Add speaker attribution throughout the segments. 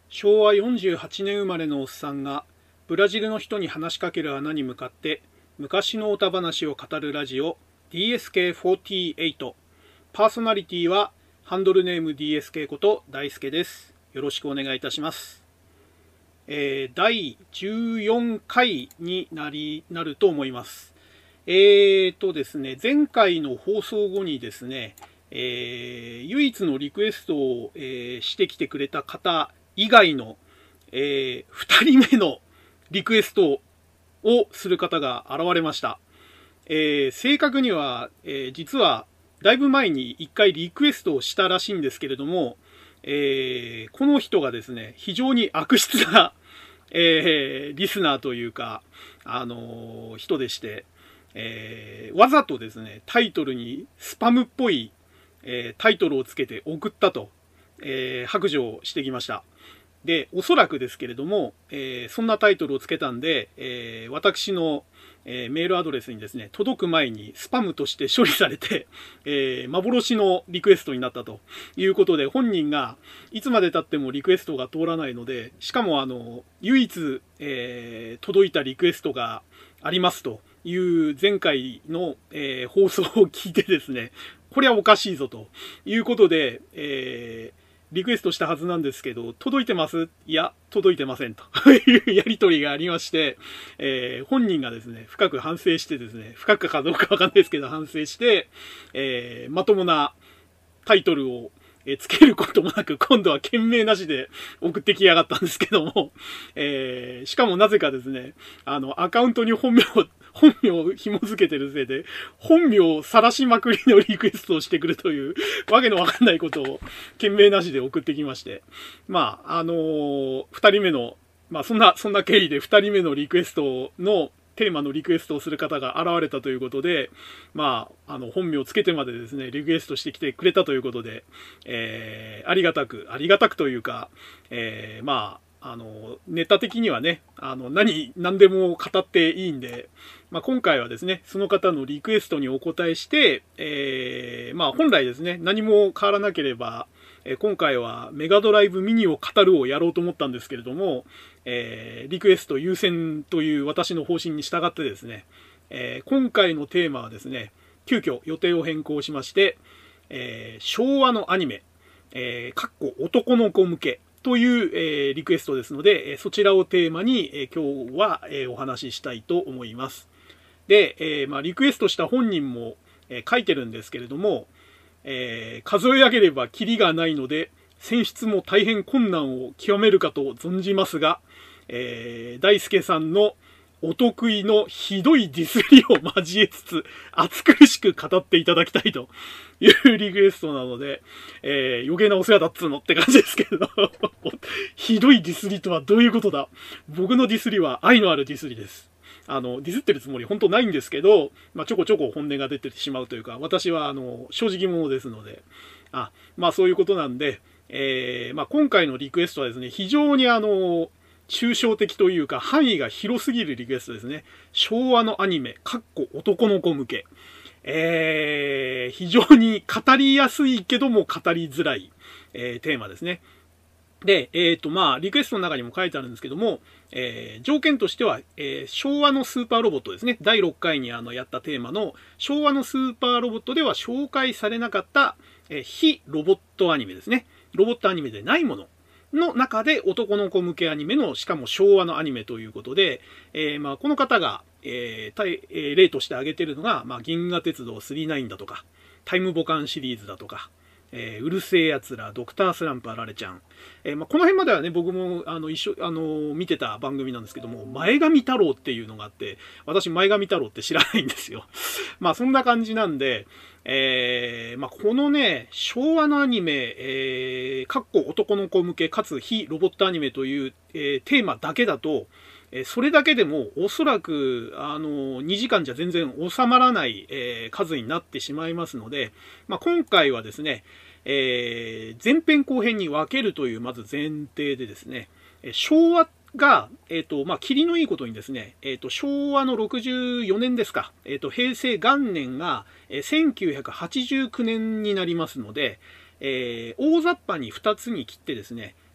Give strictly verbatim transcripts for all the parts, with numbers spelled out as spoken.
Speaker 1: しょうわよんじゅうはちねん生まれのおっさんがブラジルの人に話しかける穴に向かって昔のおた話を語るラジオ ディーエスケーフォーティーエイト。 パーソナリティはハンドルネーム ディーエスケー こと大輔です。よろしくお願いいたします。えー、だいじゅうよんかいになりなると思います。えーとですね前回の放送後にですね、えー、唯一のリクエストを、えー、してきてくれた方以外の、えー、ふたりめのリクエストをする方が現れました。えー、正確には、えー、実はだいぶ前にいっかいリクエストをしたらしいんですけれども、えー、この人がですね非常に悪質な、えー、リスナーというか、あのー、人でして、えー、わざとですねタイトルにスパムっぽい、えー、タイトルをつけて送ったと、えー、白状してきました。で、おそらくですけれども、えー、そんなタイトルをつけたんで、えー、私の、えー、メールアドレスにですね、届く前にスパムとして処理されて、えー、幻のリクエストになったということで、本人がいつまで経ってもリクエストが通らないので、しかもあの、唯一、えー、届いたリクエストがありますという前回の、えー、放送を聞いてですね、これはおかしいぞということで、えーリクエストしたはずなんですけど、届いてます？いや、届いてませんというやりとりがありまして、えー、本人がですね、深く反省してですね、深くかどうかわかんないですけど、反省して、えー、まともなタイトルをつけることもなく、今度は件名なしで送ってきやがったんですけども、えー、しかもなぜかですね、あの、アカウントに本名を本名を紐付けてるせいで、本名を晒しまくりのリクエストをしてくるという、わけのわかんないことを、件名なしで送ってきまして。まあ、あのー、二人目の、まあ、そんな、そんな経緯で二人目のリクエストの、テーマのリクエストをする方が現れたということで、まあ、あの、本名をつけてまでですね、リクエストしてきてくれたということで、えー、ありがたく、ありがたくというか、えー、まあ、あの、ネタ的にはね、あの、何、何でも語っていいんで、まあ、今回はですね、その方のリクエストにお答えして、えー、まあ、本来ですね、何も変わらなければ、えー、今回はメガドライブミニを語るをやろうと思ったんですけれども、えー、リクエスト優先という私の方針に従ってですね、えー、今回のテーマはですね、急遽予定を変更しまして、えー、昭和のアニメ、えー、かっこ男の子向け、という、えー、リクエストですので、そちらをテーマに、えー、今日は、えー、お話ししたいと思います。で、えーまあ、リクエストした本人も、えー、書いてるんですけれども、えー、数え上げればキリがないので、選出も大変困難を極めるかと存じますが、えー、大輔さんのお得意のひどいディスりを交えつつ、熱苦しく語っていただきたいというリクエストなので、えー、余計なお世話だっつうのって感じですけれど、ひどいディスりとはどういうことだ？僕のディスりは愛のあるディスりです。あの、ディスってるつもり本当ないんですけど、まあ、ちょこちょこ本音が出てしまうというか、私はあの、正直者ですので、あ、まあそういうことなんで、えー、まあ今回のリクエストはですね、非常にあの、抽象的というか範囲が広すぎるリクエストですね。昭和のアニメ、かっこ男の子向け。えー、非常に語りやすいけども語りづらい、えー、テーマですね。で、えっと、まあ、リクエストの中にも書いてあるんですけども、えー、条件としては、えー、昭和のスーパーロボットですね。だいろっかいにあのやったテーマの昭和のスーパーロボットでは紹介されなかった、えー、非ロボットアニメですね。ロボットアニメでないものの中で男の子向けアニメの、しかも昭和のアニメということで、えー、まあ、この方が、えーえー、例として挙げているのが、まあ、銀河鉄道スリーナインだとか、タイムボカンシリーズだとか、えー、うるせえやつら、ドクタースランプあられちゃん。えー、まあ、この辺まではね、僕も、あの、一緒、あの、見てた番組なんですけども、前髪太郎っていうのがあって、私、前髪太郎って知らないんですよ。まあ、そんな感じなんで、えー、まあ、このね、昭和のアニメ、えー、かっこ男の子向け、かつ非ロボットアニメという、えー、テーマだけだと、えー、それだけでもおそらく、あの、にじかんじゃ全然収まらない、えー、数になってしまいますので、まあ、今回はですね、えー、前編後編に分けるというまず前提でですね、昭和が、えっ、ー、と、まあ、霧のいいことにですね、えっ、ー、と、昭和のろくじゅうよねんですか、えっ、ー、と、平成元年が、えー、せんきゅうひゃくはちじゅうきゅうねんになりますので、えー、大雑把にふたつに切ってですね、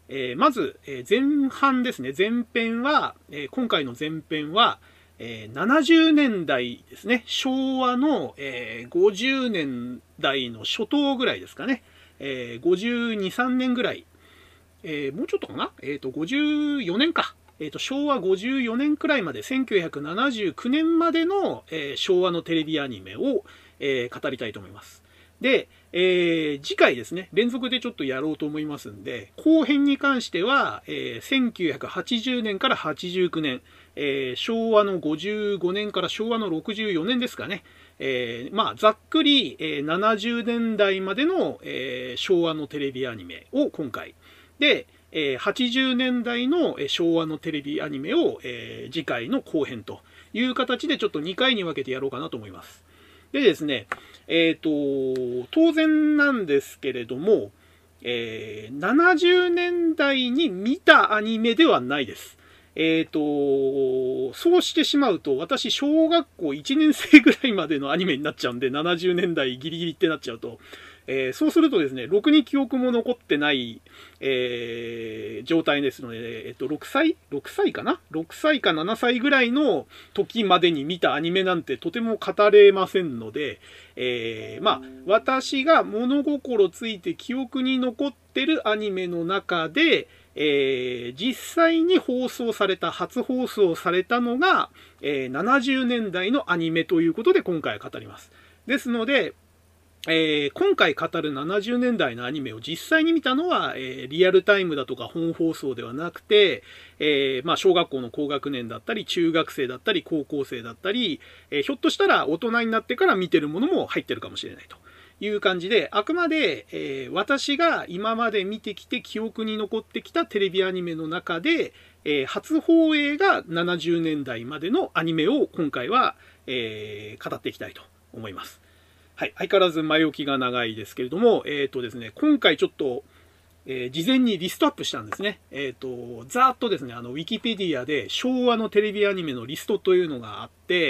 Speaker 1: えー、まず、えー、前半ですね。前編は、えー、今回の前編は、えー、ななじゅうねんだいですね。昭和の、えー、ごじゅうねんだいの初頭ぐらいですかね。えー、ごじゅうに、さんねんぐらい。えー、もうちょっとかなえっと、ごじゅうよねんか。えっと、昭和ごじゅうよねんくらいまで、せんきゅうひゃくななじゅうきゅうねんまでの、えー、昭和のテレビアニメを、えー、語りたいと思います。で、えー、次回ですね、連続でちょっとやろうと思いますんで、後編に関しては、えー、せんきゅうひゃくはちじゅうねんからはちじゅうきゅうねん、えー、昭和のごじゅうごねんから昭和のろくじゅうよねんですかね。えー、まあ、ざっくり、えー、ななじゅうねんだいまでの、えー、昭和のテレビアニメを今回。で、えー、はちじゅうねんだいの昭和のテレビアニメを、えー、次回の後編という形でちょっとにかいに分けてやろうかなと思います。でですね、えっと、当然なんですけれども、えー、ななじゅうねんだいに見たアニメではないです。えっと、そうしてしまうと、私、小学校いちねんせいぐらいまでのアニメになっちゃうんで、ななじゅうねんだいギリギリってなっちゃうと、えー、そうするとですね、ろくに記憶も残ってない、えー、状態ですので、えっと、ろくさい ?ろく 歳かな ?ろく 歳かななさいぐらいの時までに見たアニメなんてとても語れませんので、えー、まあ、私が物心ついて記憶に残ってるアニメの中で、えー、実際に放送された、初放送されたのが、えー、ななじゅうねんだいのアニメということで今回は語ります。ですので、えー、今回語るななじゅうねんだいのアニメを実際に見たのは、えー、リアルタイムだとか本放送ではなくて、えー、まあ小学校の高学年だったり、中学生だったり、高校生だったり、えー、ひょっとしたら大人になってから見てるものも入ってるかもしれないという感じで、あくまで、えー、私が今まで見てきて記憶に残ってきたテレビアニメの中で、えー、初放映がななじゅうねんだいまでのアニメを今回は、えー、語っていきたいと思います。はい。相変わらず前置きが長いですけれども、えっとですね、今回ちょっと、えー、事前にリストアップしたんですね。えっと、ざーっとですね、あの、ウィキペディアで昭和のテレビアニメのリストというのがあって、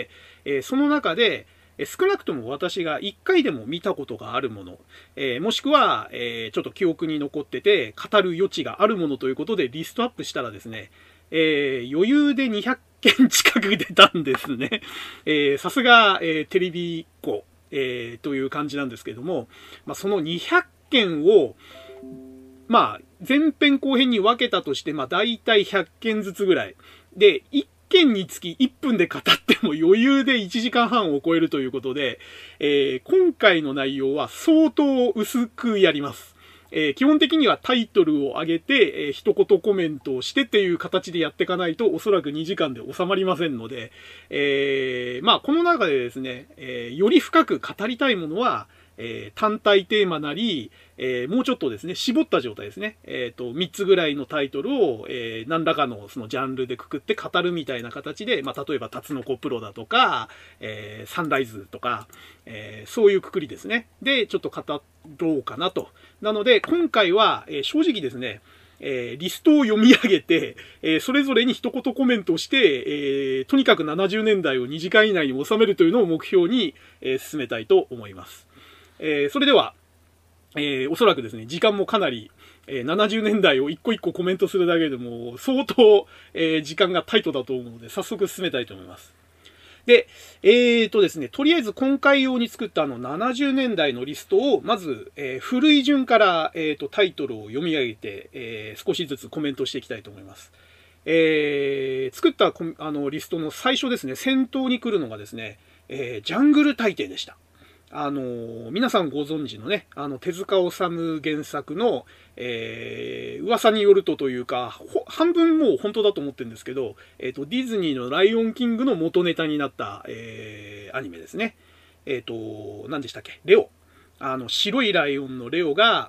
Speaker 1: えー、その中で、少なくとも私がいっかいでも見たことがあるもの、えー、もしくは、えー、ちょっと記憶に残ってて語る余地があるものということでリストアップしたらですね、えー、余裕でにひゃっけん近く出たんですね。さすが、えー、テレビっ子。えー、という感じなんですけれども、まあ、そのにひゃっけんを、まあ、前編後編に分けたとして、まあ、大体ひゃっけんずつぐらい。で、いっけんにつきいっぷんで語っても余裕でいちじかんはんを超えるということで、えー、今回の内容は相当薄くやります。えー、基本的にはタイトルを上げて、えー、一言コメントをしてっていう形でやっていかないとおそらくにじかんで収まりませんので、えー、まあこの中でですね、えー、より深く語りたいものは、えー、単体テーマなり、えー、もうちょっとですね、絞った状態ですね。えっと、みっつぐらいのタイトルを、えー、何らかのそのジャンルでくくって語るみたいな形で、まあ、例えば、タツノコプロだとか、えー、サンライズとか、えー、そういうくくりですね。で、ちょっと語ろうかなと。なので、今回は、えー、正直ですね、えー、リストを読み上げて、えー、それぞれに一言コメントをして、えー、とにかくななじゅうねんだいをにじかん以内に収めるというのを目標に、えー、進めたいと思います。えー、それでは、えー、おそらくですね、時間もかなり、えー、ななじゅうねんだいを一個一個コメントするだけでも相当、えー、時間がタイトだと思うので、早速進めたいと思います。で、えーとですね、とりあえず今回用に作ったあのななじゅうねんだいのリストを、まず、えー、古い順から、えーと、タイトルを読み上げて、えー、少しずつコメントしていきたいと思います。えー、作ったあのリストの最初ですね、先頭に来るのがですね、えー、ジャングル大帝でした。あの、皆さんご存知のね、あの、手塚治虫原作の、えー、噂によるとというか、半分もう本当だと思ってるんですけど、えっと、ディズニーのライオンキングの元ネタになった、えー、アニメですね。えっと、何でしたっけ？レオ。あの、白いライオンのレオが、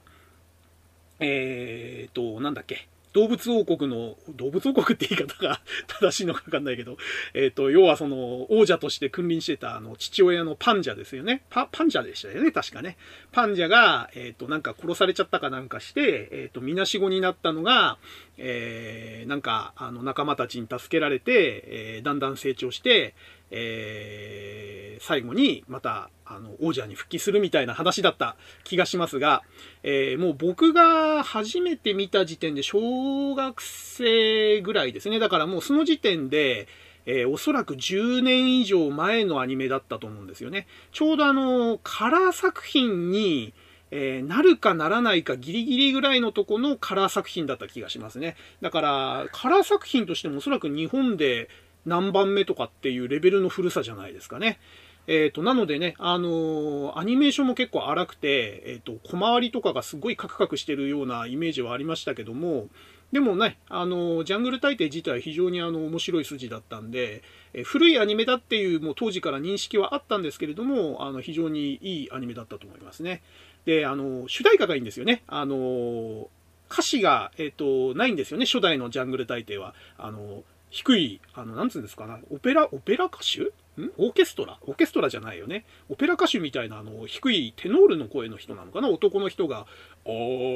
Speaker 1: えーと、なんだっけ？動物王国の、動物王国って言い方が正しいのかわかんないけど、えっと、要はその、王者として君臨してた、あの、父親のパンジャですよね。パ、パンジャでしたよね、確かね。パンジャが、えっと、なんか殺されちゃったかなんかして、えっと、みなしごになったのが、 えー、なんか、あの、仲間たちに助けられて、えー、だんだん成長して、えー、最後にまた、あの、王者に復帰するみたいな話だった気がしますが、えー、もう僕が初めて見た時点で小学生ぐらいですね。だからもうその時点で、えー、おそらくじゅうねん以上前のアニメだったと思うんですよね。ちょうどあの、カラー作品に、えー、なるかならないかギリギリぐらいのとこのカラー作品だった気がしますね。だから、カラー作品としてもおそらく日本で何番目とかっていうレベルの古さじゃないですかね。えっと、なのでね、あのー、アニメーションも結構荒くて、えっと、小回りとかがすごいカクカクしてるようなイメージはありましたけども、でもね、あのー、ジャングル大帝自体は非常にあの、面白い筋だったんで、え古いアニメだっていうもう当時から認識はあったんですけれども、あの、非常にいいアニメだったと思いますね。で、あの、主題歌がいいんですよね。あの、歌詞が、えっと、ないんですよね、初代のジャングル大帝は。あの、低い、あの、なんつうんですかな、オペラ、オペラ歌手んオーケストラオーケストラじゃないよね。オペラ歌手みたいな、あの、低いテノールの声の人なのかな、男の人が、お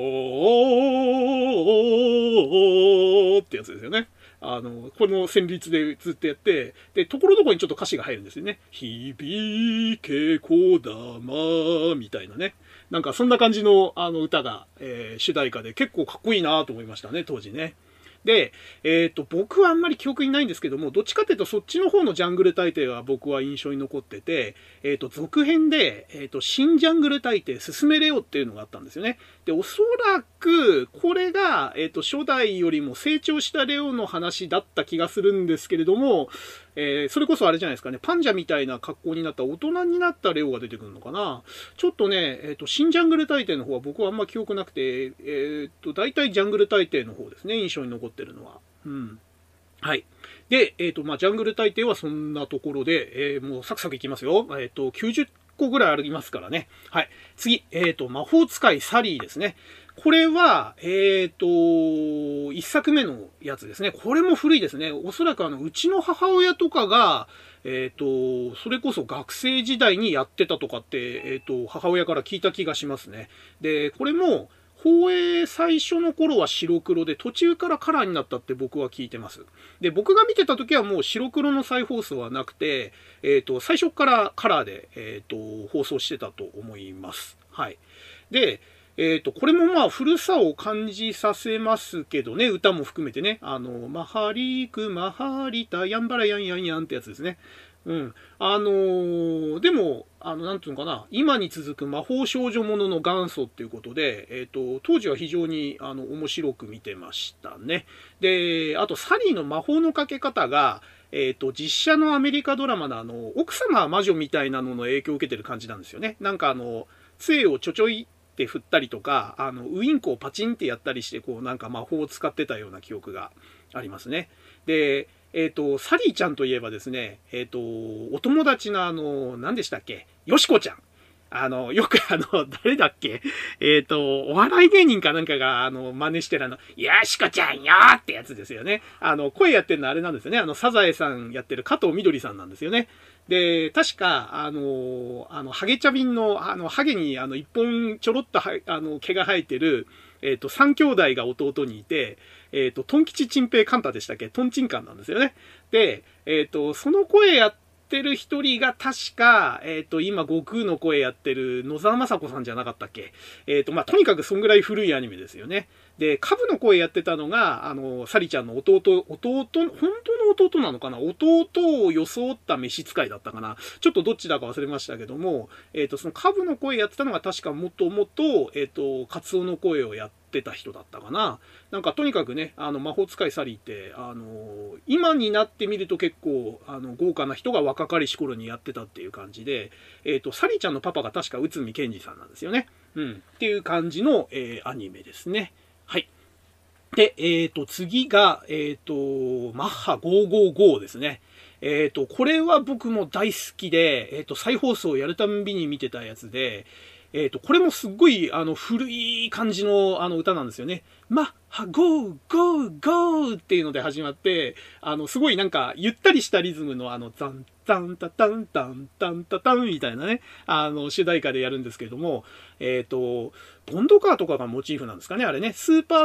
Speaker 1: ーってやつですよね。あの、この旋律でずっとやって、で、ところどころにちょっと歌詞が入るんですよね。響けこだまみたいなね。なんかそんな感じのあの歌が、えー、主題歌で結構かっこいいなと思いましたね、当時ね。で、えっと、僕はあんまり記憶にないんですけども、どっちかっていうとそっちの方のジャングル大帝は僕は印象に残ってて、えっと、続編で、えっと、新ジャングル大帝進めれよっていうのがあったんですよね。で、おそらく、これが、えっと、初代よりも成長したレオの話だった気がするんですけれども、えー、それこそあれじゃないですかね、パンジャみたいな格好になった大人になったレオが出てくるのかな。ちょっとね、えっと、新ジャングル大帝の方は僕はあんま記憶なくて、えっと、大体ジャングル大帝の方ですね、印象に残ってるのは。うん。はい。で、えっと、まあ、ジャングル大帝はそんなところで、えー、もうサクサクいきますよ。えっと、きゅうじゅっこぐらいありますからね。はい。次、えっと、魔法使いサリーですね。これは、えっと、一作目のやつですね。これも古いですね。おそらくあの、うちの母親とかが、えっと、それこそ学生時代にやってたとかって、えっと、母親から聞いた気がしますね。で、これも、放映最初の頃は白黒で途中からカラーになったって僕は聞いてます。で、僕が見てた時はもう白黒の再放送はなくて、えっと、最初からカラーで、えっと、放送してたと思います。はい。で、えっと、これもまあ古さを感じさせますけどね、歌も含めてね、あの、マハリーク、マハリタ、ヤンバラヤンヤンヤンってやつですね。うん。あのー、でも、あの、なんていうのかな、今に続く魔法少女ものの元祖っていうことで、えっと、当時は非常に、あの、面白く見てましたね。で、あと、サリーの魔法のかけ方が、えっと、実写のアメリカドラマのあの、奥様は魔女みたいなのの影響を受けてる感じなんですよね。なんかあの、杖をちょちょいって振ったりとか、あの、ウインクをパチンってやったりして、こう、なんか魔法を使ってたような記憶がありますね。で、えっと、サリーちゃんといえばですね、えっと、お友達のあの、何でしたっけ、よしこちゃん。あの、よくあの、誰だっけ、えっと、お笑い芸人かなんかが、あの、真似してるあの、よしこちゃんよーってやつですよね。あの、声やってるのあれなんですよね。あの、サザエさんやってる加藤みどりさんなんですよね。で、確か、あの、あの、ハゲチャビンの、あの、ハゲに、あの、一本ちょろっとは、あの、毛が生えてる、えっと、三兄弟が弟にいて、えっと、トン吉チンペイカンタでしたっけ、トンチンカンなんですよね。で、えっと、その声やってる一人が確か、えっと、今、悟空の声やってる野沢雅子さんじゃなかったっけ。えっと、まあ、とにかくそんぐらい古いアニメですよね。で、カブの声やってたのが、あの、サリちゃんの弟、弟、本当の弟なのかな、弟を装った召使いだったかな。ちょっとどっちだか忘れましたけども、えっと、そのカブの声やってたのが確かもともと、えっと、カツオの声をやってた人だったかな。なんかとにかくね、あの、魔法使いサリーって、あの、今になってみると結構、あの、豪華な人が若かりし頃にやってたっていう感じで、えっと、サリーちゃんのパパが確か内海賢二さんなんですよね。うん。っていう感じの、えー、アニメですね。はい。で、えっと、次が、えっと、マッハごーごーごーですね。えっと、これは僕も大好きで、えっと、再放送をやるたんびに見てたやつで、えっと、これもすっごい、あの、古い感じの、あの、歌なんですよね。マッハゴーゴーゴーっていうので始まって、あの、すごいなんか、ゆったりしたリズムの、あの、ザン、タンタタンタンタンタタンみたいなね、あの、主題歌でやるんですけれども、えっと、ボンドカーとかがモチーフなんですかね、あれね。スーパー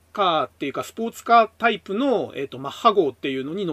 Speaker 1: カーっていうかスポーツカータイプの、えっと、マッハ号っていうのに乗って、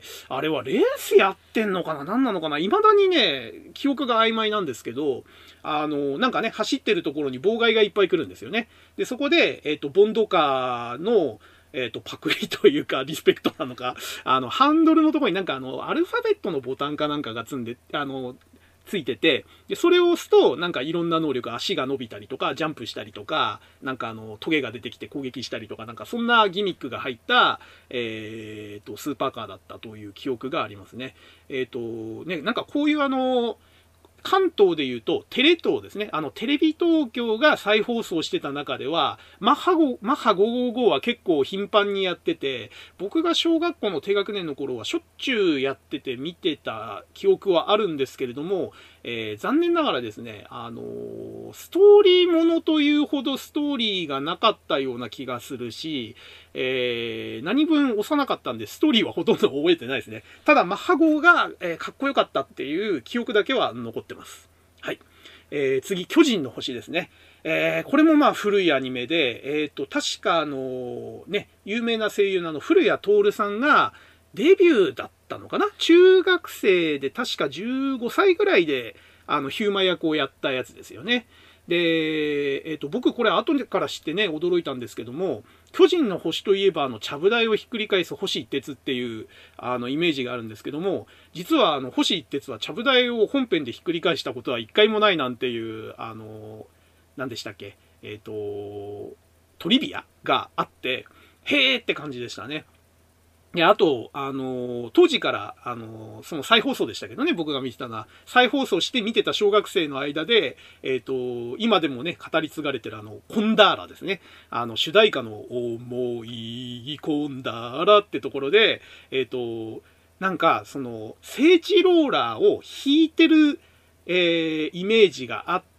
Speaker 1: あれはレースやってんのかな何なのかな未だにね、記憶が曖昧なんですけど、あの、なんかね、走ってるところに妨害がいっぱい来るんですよね。で、そこで、えっと、ボンドカーの、えっと、パクリというか、リスペクトなのか、あの、ハンドルのところになんかあの、アルファベットのボタンかなんかが積んで、あの、ついてて、で、それを押すと、なんかいろんな能力、足が伸びたりとか、ジャンプしたりとか、なんかあの、トゲが出てきて攻撃したりとか、なんかそんなギミックが入った、えっと、スーパーカーだったという記憶がありますね。えっと、ね、なんかこういうあの、関東で言うと、テレ東ですね。あの、テレビ東京が再放送してた中では、マッハご、マッハごひゃくごじゅうごは結構頻繁にやってて、僕が小学校の低学年の頃はしょっちゅうやってて見てた記憶はあるんですけれども、えー、残念ながらですね、あのー、ストーリーものというほどストーリーがなかったような気がするし、えー、何分幼かったんで、ストーリーはほとんど覚えてないですね。ただ、マッハ号が、えー、かっこよかったっていう記憶だけは残ってます。はい。えー、次、巨人の星ですね。えー、これもまあ古いアニメで、えっと、確かあの、ね、有名な声優のあの、古谷徹さんがデビューだったのかな？中学生で確かじゅうごさいぐらいで、あの、ヒューマ役をやったやつですよね。で、えっと、僕これ後から知ってね、驚いたんですけども、巨人の星といえば、あの、ちゃぶ台をひっくり返す星一徹っていう、あの、イメージがあるんですけども、実は、あの、星一徹はちゃぶ台を本編でひっくり返したことは一回もないなんていう、あの、何でしたっけ？えっと、トリビアがあって、へーって感じでしたね。で、あと、あの、当時から、あの、その再放送でしたけどね、僕が見てたのは、再放送して見てた小学生の間で、えっと、今でもね、語り継がれてるあの、コンダーラですね。あの、主題歌の、思いコンダーラってところで、えっと、なんか、その、聖地ローラーを引いてる、えー、イメージがあって、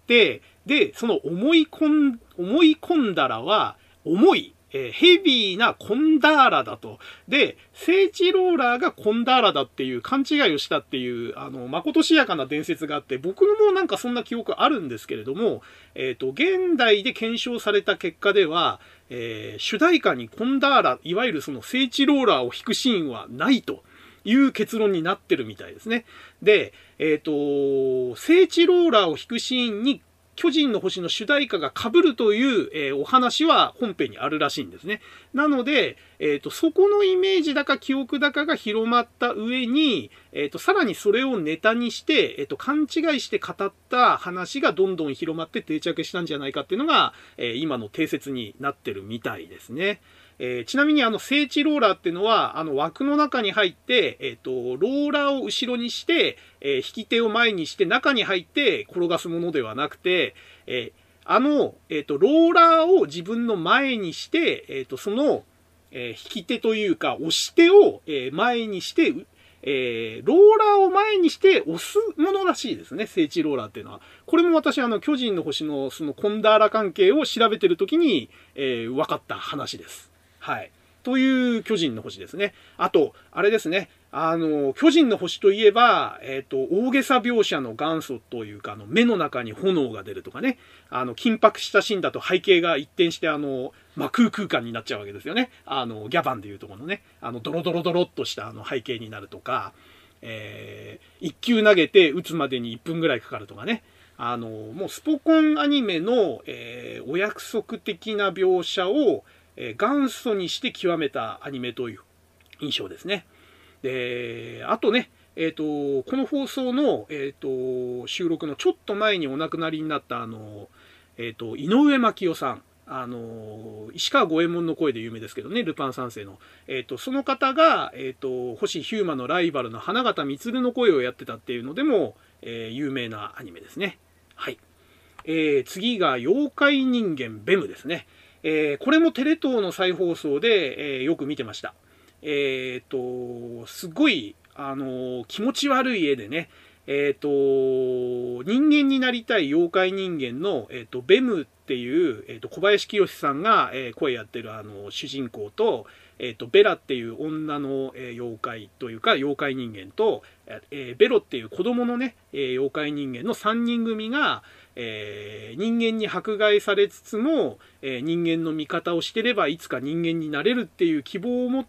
Speaker 1: で、その思い込ん、思い込んだらは、重い、えー、ヘビーなコンダーラだと。で、聖地ローラーがコンダーラだっていう勘違いをしたっていう、あの、まことしやかな伝説があって、僕もなんかそんな記憶あるんですけれども、えっと、現代で検証された結果では、えー、主題歌にコンダーラ、いわゆるその聖地ローラーを弾くシーンはないと。いう結論になってるみたいですね。で、えっと、聖地ローラーを弾くシーンに巨人の星の主題歌が被るという、えー、お話は本編にあるらしいんですね。なので、えっと、そこのイメージだか記憶だかが広まった上に、えっと、さらにそれをネタにして、えっと、勘違いして語った話がどんどん広まって定着したんじゃないかっていうのが、えー、今の定説になってるみたいですね。えー、ちなみにあの聖地ローラーっていうのはあの枠の中に入って、えっと、ローラーを後ろにして、えー、引き手を前にして中に入って転がすものではなくて、えー、あの、えっと、ローラーを自分の前にして、えっと、その、えー、引き手というか押し手を、えー、前にして、えー、ローラーを前にして押すものらしいですね。聖地ローラーっていうのは。これも私、あの、巨人の星のそのコンダーラ関係を調べてるときに、えー、分かった話です。はい。という巨人の星ですね。あと、あれですね。あの、巨人の星といえば、えっと、大げさ描写の元祖というか、あの、目の中に炎が出るとかね。あの、緊迫したシーンだと背景が一転して、あの、真空空間になっちゃうわけですよね。あの、ギャバンでいうところのね、あの、ドロドロドロっとしたあの背景になるとか、えー、一球投げて打つまでにいっぷんぐらいかかるとかね。あの、もうスポコンアニメの、えー、お約束的な描写を、えー、元祖にして極めたアニメという印象ですね。で、あとね、えっと、この放送の、えっと、収録のちょっと前にお亡くなりになったあの、えっと、井上真紀夫さん。あの、石川五右衛門の声で有名ですけどね、ルパン三世の。えっと、その方が、えっと、星飛雄馬のライバルの花形満の声をやってたっていうのでも、えー、有名なアニメですね。はい。えー、次が妖怪人間ベムですね。えー、これもテレ東の再放送で、えー、よく見てました。えっと、すごい、あのー、気持ち悪い絵でね、えっと、人間になりたい妖怪人間の、えっと、ベムっていう、えっと、小林清さんが、えー、声やってるあの、主人公と、 えーと、ベラっていう女の、えー、妖怪というか妖怪人間と、えー、ベロっていう子供のね、えー、妖怪人間のさんにん組が、えー、人間に迫害されつつも、えー、人間の味方をしてればいつか人間になれるっていう希望を持って、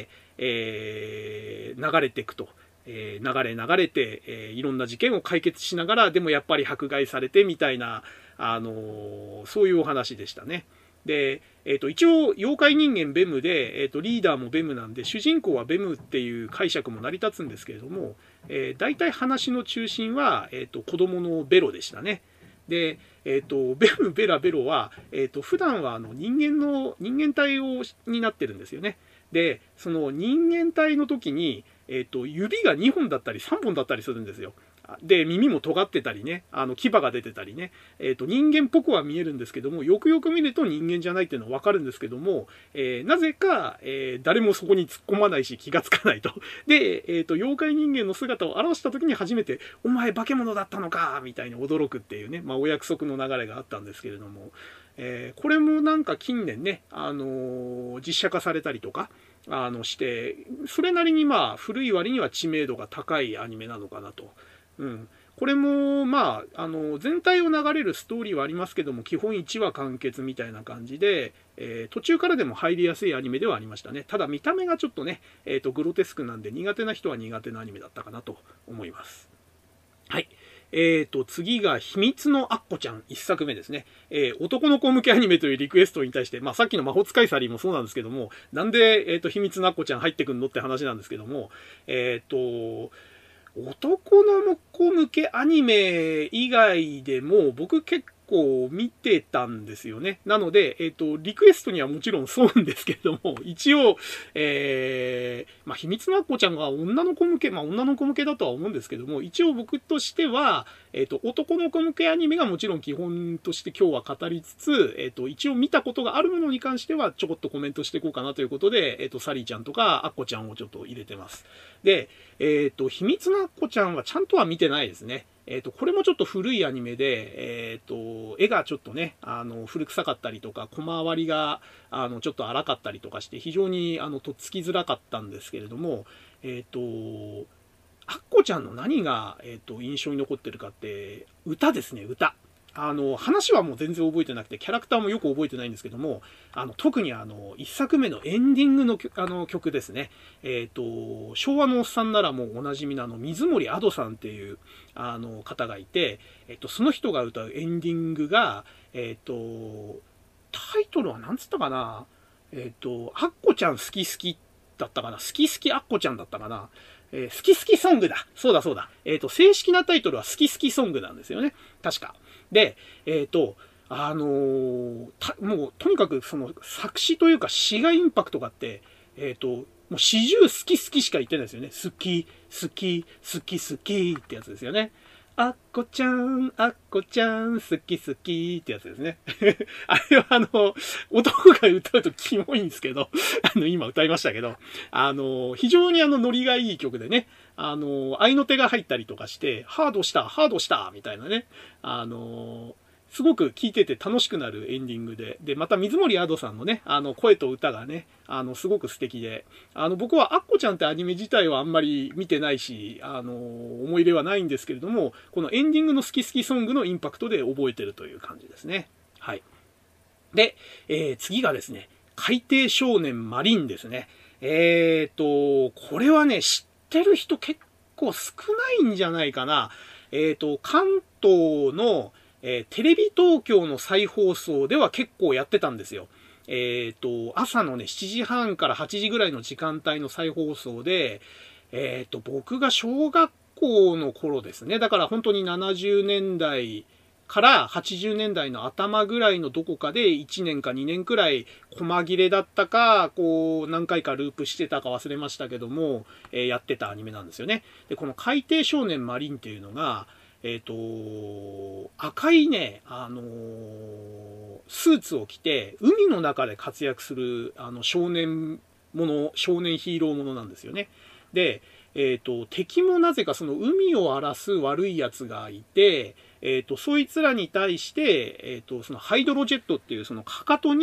Speaker 1: えー、流れていくと。えー、流れ流れて、えー、いろんな事件を解決しながら、でもやっぱり迫害されてみたいな、あのー、そういうお話でしたね。で、えー、と一応妖怪人間ベムで、えー、とリーダーもベムなんで主人公はベムっていう解釈も成り立つんですけれども、えー、大体話の中心は、えー、と子供のベロでしたね。で、えー、とベムベラベロは、えー、と普段はあの人間の人間体をになってるんですよね。でその人間体の時に、えー、と指がにほんだったりさんぼんだったりするんですよ。で耳も尖ってたりね、あの牙が出てたりね、えー、と人間っぽくは見えるんですけども、よくよく見ると人間じゃないっていうのは分かるんですけども、えー、なぜか、えー、誰もそこに突っ込まないし気がつかないと。で、えー、と妖怪人間の姿を現した時に初めて「お前化け物だったのか」みたいに驚くっていうね、まあ、お約束の流れがあったんですけれども、えー、これもなんか近年ね、あのー、実写化されたりとかあのしてそれなりにまあ古い割には知名度が高いアニメなのかなと。うん、これもまああの全体を流れるストーリーはありますけども、基本いちわ完結みたいな感じで、えー、途中からでも入りやすいアニメではありましたね。ただ見た目がちょっとね、えー、とグロテスクなんで苦手な人は苦手なアニメだったかなと思います。はい。えーと、次が秘密のアッコちゃんいっさくめですね。えー、男の子向けアニメというリクエストに対して、まあさっきの魔法使いサリーもそうなんですけども、なんで、えーと、秘密のアッコちゃん入ってくんのって話なんですけども、えーと、男の子向けアニメ以外でも僕結構見てたんですよね。なので、えっと、リクエストにはもちろんそうなんですけれども、一応、えー、まあ、秘密のアッコちゃんが女の子向け、まあ、女の子向けだとは思うんですけども、一応僕としては、えっと、男の子向けアニメがもちろん基本として今日は語りつつ、えっと、一応見たことがあるものに関してはちょこっとコメントしていこうかなということで、えっと、サリーちゃんとかアッコちゃんをちょっと入れてます。で、えっと、秘密のアッコちゃんはちゃんとは見てないですね。えっと、これもちょっと古いアニメで、えっと、絵がちょっとね、あの、古臭かったりとか、小回りが、あの、ちょっと荒かったりとかして、非常に、あの、とっつきづらかったんですけれども、えっと、アッコちゃんの何が、えっと、印象に残ってるかって、歌ですね、歌。あの、話はもう全然覚えてなくて、キャラクターもよく覚えてないんですけども、あの、特にあの、一作目のエンディングのあの曲ですね。えっと、昭和のおっさんならもうおなじみのあの、水森アドさんっていう、あの、方がいて、えっと、その人が歌うエンディングが、えっと、タイトルは何つったかな、えっと、アッコちゃん好き好きだったかな、好き好きアッコちゃんだったかな、えー、好き好きソングだ。そうだそうだ。えっと、正式なタイトルは好き好きソングなんですよね。確か。で、えっと、あのー、もう、とにかくその作詞というか詩がインパクトがあって、えっと、もう始終好き好きしか言ってないですよね。好き、好き、好き好きってやつですよね。あっこちゃん、あっこちゃん、好き好きってやつですね。あれはあの、男が歌うとキモいんですけど、あの、今歌いましたけど、あの、非常にあの、ノリがいい曲でね、あの、合いの手が入ったりとかして、ハードした、ハードしたみたいなね、あの、すごく聴いてて楽しくなるエンディングで、で、また水森アドさんのね、あの、声と歌がね、あの、すごく素敵で、あの、僕はアッコちゃんってアニメ自体はあんまり見てないし、あの、思い入れはないんですけれども、このエンディングの好き好きソングのインパクトで覚えてるという感じですね。はい。で、えー、次がですね、海底少年マリンですね。えーと、これはね、知ってる人結構少ないんじゃないかな。えーと、関東の、えー、テレビ東京の再放送では結構やってたんですよ。えっと、朝のね、しちじはんからはちじぐらいの時間帯の再放送で、えっと、僕が小学校の頃ですね。だから本当にななじゅうねんだいからはちじゅうねんだいの頭ぐらいのどこかでいちねんかにねんくらい細切れだったか、こう何回かループしてたか忘れましたけども、えー、やってたアニメなんですよね。で、この海底少年マリンっていうのが、えっと、赤いね、あのー、スーツを着て、海の中で活躍する、あの、少年もの、少年ヒーローものなんですよね。で、えっと、敵もなぜかその海を荒らす悪い奴がいて、えっと、そいつらに対して、えっと、そのハイドロジェットっていうそのかかとに、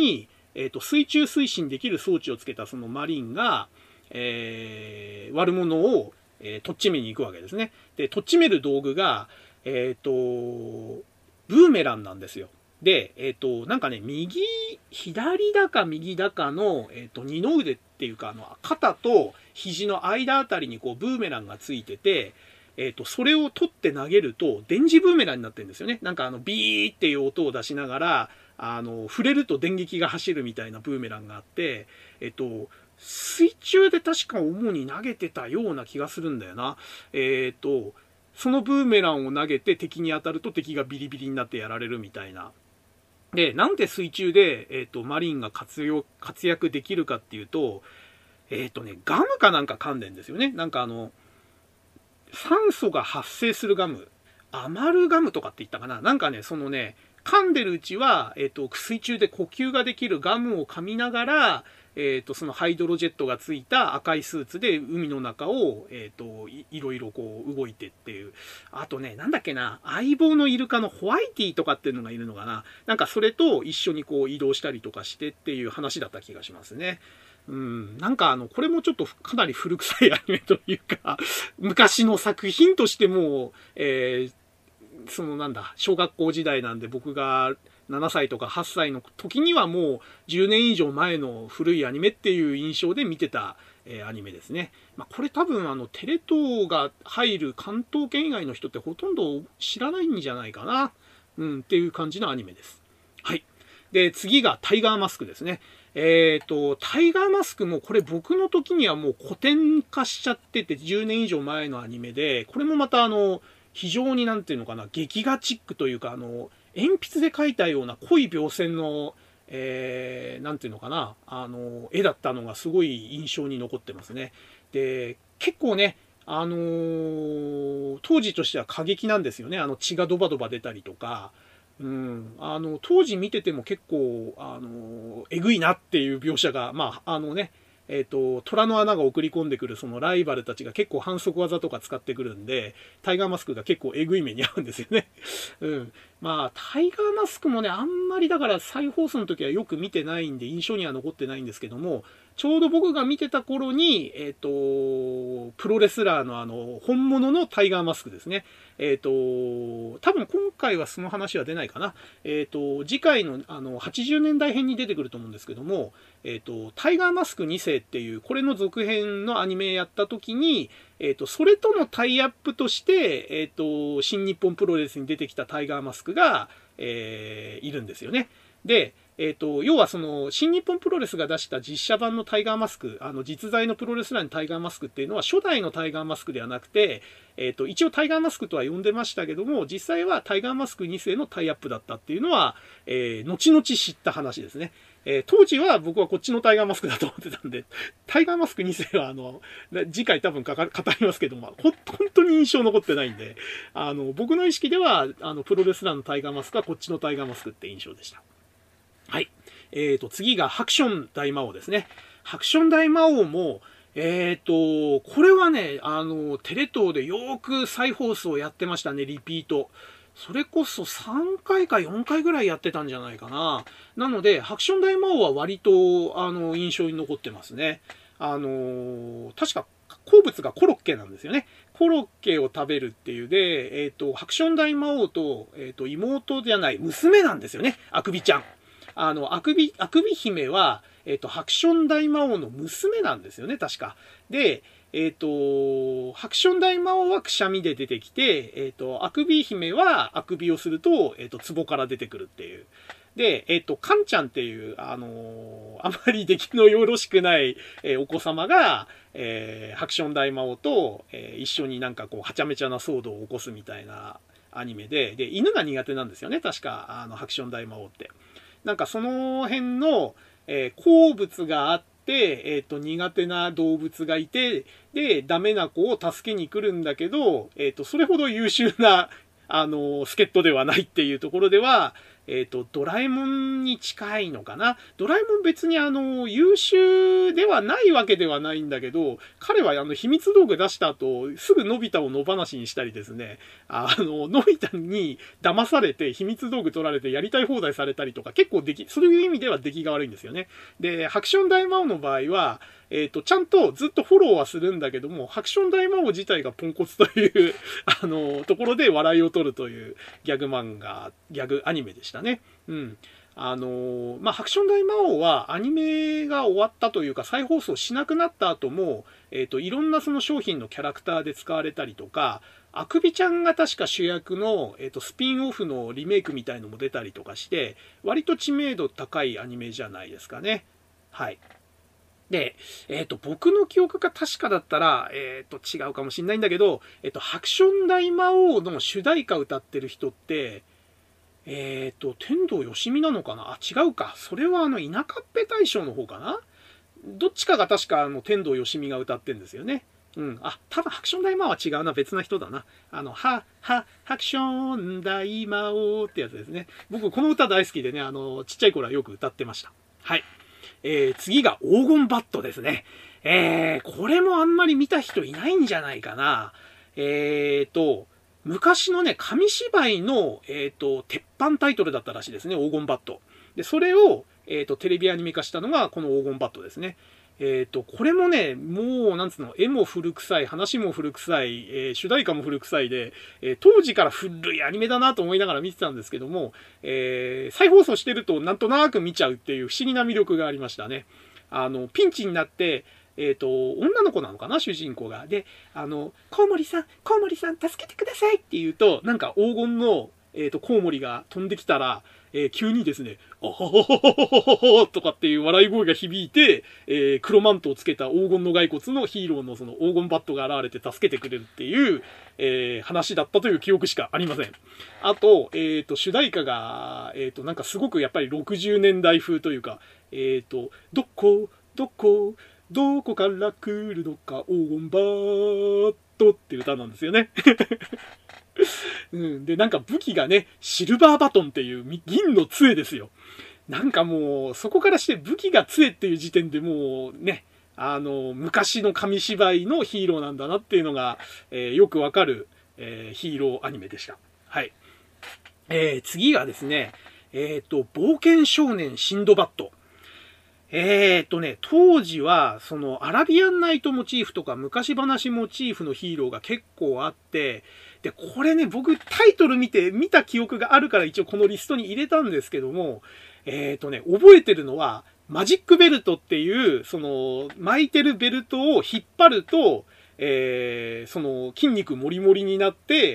Speaker 1: えっと、水中推進できる装置をつけたそのマリンが、えー、悪者を、えー、とっちめに行くわけですね。で、とっちめる道具が、えっと、ブーメランなんですよ。で、えっと、なんかね、右、左だか右だかの、えっと、二の腕っていうか、あの、肩と肘の間あたりにこう、ブーメランがついてて、えっと、それを取って投げると、電磁ブーメランになってるんですよね。なんかあの、ビーっていう音を出しながら、あの、触れると電撃が走るみたいなブーメランがあって、えっと、水中で確か主に投げてたような気がするんだよな。えっと、そのブーメランを投げて敵に当たると敵がビリビリになってやられるみたいな。で、なんで水中で、えっと、マリンが活用、活躍できるかっていうと、えっとね、ガムかなんか噛んでんですよね。なんかあの、酸素が発生するガム、アマルガムとかって言ったかな。なんかね、そのね、噛んでるうちは、えっと、水中で呼吸ができるガムを噛みながら、えっと、そのハイドロジェットがついた赤いスーツで海の中を、えっと、い, いろいろこう動いてっていう。あとね、なんだっけな、相棒のイルカのホワイティとかっていうのがいるのかな。なんかそれと一緒にこう移動したりとかしてっていう話だった気がしますね。うん、なんかあの、これもちょっとかなり古臭いアニメというか、昔の作品としても、えー、そのなんだ、小学校時代なんで僕がななさいとかはっさいの時にはもうじゅうねん以上前の古いアニメっていう印象で見てた、えー、アニメですね。まあ、これ多分あの、テレ東が入る関東圏以外の人ってほとんど知らないんじゃないかな。うん、っていう感じのアニメです。はい。で、次がタイガーマスクですね。えっと、タイガーマスクもこれ僕の時にはもう古典化しちゃっててじゅうねん以上前のアニメで、これもまたあの、非常になんていうのかな、劇画チックというかあの、鉛筆で描いたような濃い描線の、えー、なんていうのかな、あの、絵だったのがすごい印象に残ってますね。で、結構ね、あのー、当時としては過激なんですよね。あの血がドバドバ出たりとか、うん、あの当時見てても結構あのえぐいなっていう描写が、まああのね、えっと虎の穴が送り込んでくるそのライバルたちが結構反則技とか使ってくるんで、タイガーマスクが結構えぐい目に遭うんですよね。うん、まあタイガーマスクもね、あんまりだから再放送の時はよく見てないんで印象には残ってないんですけども、ちょうど僕が見てた頃に、えっと、プロレスラーのあの、本物のタイガーマスクですね。えっと、多分今回はその話は出ないかな。えっと、次回のあの、はちじゅうねんだい編に出てくると思うんですけども、えっと、タイガーマスクにせいっていう、これの続編のアニメやった時に、えっと、それとのタイアップとして、えっと、新日本プロレスに出てきたタイガーマスクが、えー、いるんですよね。で、えっと、要はその、新日本プロレスが出した実写版のタイガーマスク、あの、実在のプロレスラーのタイガーマスクっていうのは、初代のタイガーマスクではなくて、えっと、一応タイガーマスクとは呼んでましたけども、実際はタイガーマスクにせいのタイアップだったっていうのは、えー、後々知った話ですね。えー、当時は僕はこっちのタイガーマスクだと思ってたんで、タイガーマスクにせいは、あの、次回多分かか語りますけども、ほ、本当に印象残ってないんで、あの、僕の意識では、あの、プロレスラーのタイガーマスクはこっちのタイガーマスクって印象でした。はい。えっと、次がハクション大魔王ですね。ハクション大魔王も、えっと、これはね、あの、テレ東でよーく再放送やってましたね、リピート。それこそさんかいかよんかいぐらいやってたんじゃないかな。なので、ハクション大魔王は割と、あの、印象に残ってますね。あの、確か、好物がコロッケなんですよね。コロッケを食べるっていうで、えっと、ハクション大魔王と、えっと、妹じゃない、娘なんですよね。あくびちゃん。あの、あくび、あくび姫は、えっと、ハクション大魔王の娘なんですよね、確か。で、えっと、ハクション大魔王はくしゃみで出てきて、えっと、あくび姫はあくびをすると、えっと、壺から出てくるっていう。で、えっと、カンちゃんっていう、あのー、あまり出来のよろしくない、えー、お子様が、えー、ハクション大魔王と、えー、一緒になんかこう、はちゃめちゃな騒動を起こすみたいなアニメで、で、犬が苦手なんですよね、確か、あの、ハクション大魔王って。なんかその辺の、えー、好物があって、えっと、苦手な動物がいて、で、ダメな子を助けに来るんだけど、えっと、それほど優秀な、あの、助っ人ではないっていうところでは、 えっと、ドラえもんに近いのかな。ドラえもん別にあの、優秀ではないわけではないんだけど、彼はあの、秘密道具出した後、すぐのび太を野放しにしたりですね、あの、のび太に騙されて秘密道具取られてやりたい放題されたりとか、結構でき、そういう意味では出来が悪いんですよね。で、ハクション大魔王の場合は、えっと、ちゃんとずっとフォローはするんだけども、ハクション大魔王自体がポンコツというあの、ところで笑いを取るというギャグ漫画、ギャグアニメでしたね。うん。あの、まあ、ハクション大魔王はアニメが終わったというか再放送しなくなった後も、えっと、いろんなその商品のキャラクターで使われたりとか、あくびちゃんが確か主役の、えっと、スピンオフのリメイクみたいのも出たりとかして、割と知名度高いアニメじゃないですかね。はい。で、えっと、僕の記憶が確かだったら、えっと、違うかもしれないんだけど、えっと、ハクション大魔王の主題歌歌ってる人って、えっと、天童よしみなのかなあ、違うか。それはあの、田舎っぺ大将の方かな。どっちかが確かあの、天童よしみが歌ってんですよね。うん。あ、多分ハクション大魔王は違うな。別な人だな。あの、は、は、ハクション大魔王ってやつですね。僕、この歌大好きでね、あの、ちっちゃい頃はよく歌ってました。はい。えー、次が黄金バットですね。えー、これもあんまり見た人いないんじゃないかな。えーと、昔のね、紙芝居の、えーと、鉄板タイトルだったらしいですね、黄金バット。で、それを、えーと、テレビアニメ化したのがこの黄金バットですね。えっと、これもね、もう、なんつうの、絵も古臭い、話も古臭い、えー、主題歌も古臭いで、えー、当時から古いアニメだなと思いながら見てたんですけども、えー、再放送してるとなんとなく見ちゃうっていう不思議な魅力がありましたね。あの、ピンチになって、えっと、女の子なのかな主人公が。で、あの、コウモリさん、コウモリさん、助けてくださいって言うと、なんか黄金の、えっと、コウモリが飛んできたら、えー、急にですね、あはははははとかっていう笑い声が響いて、えー、黒マントをつけた黄金の骸骨のヒーローのその黄金バットが現れて助けてくれるっていう、えー、話だったという記憶しかありません。あと、えっと、主題歌が、えっと、なんかすごくやっぱりろくじゅうねんだい風というか、えっと、どこ、どこ、どこから来るのか黄金バットっていう歌なんですよね。うん、で、なんか武器がね、シルバーバトンっていう銀の杖ですよ。なんかもう、そこからして武器が杖っていう時点でもうね、あの、昔の紙芝居のヒーローなんだなっていうのが、えー、よくわかる、えー、ヒーローアニメでした。はい。えー、次がですね、えっと、冒険少年シンドバッド。えーっとね、当時は、その、アラビアンナイトモチーフとか昔話モチーフのヒーローが結構あって、で、これね、僕タイトル見て、見た記憶があるから一応このリストに入れたんですけども、えーっとね、覚えてるのは、マジックベルトっていう、その、巻いてるベルトを引っ張ると、えー、その筋肉もりもりになって、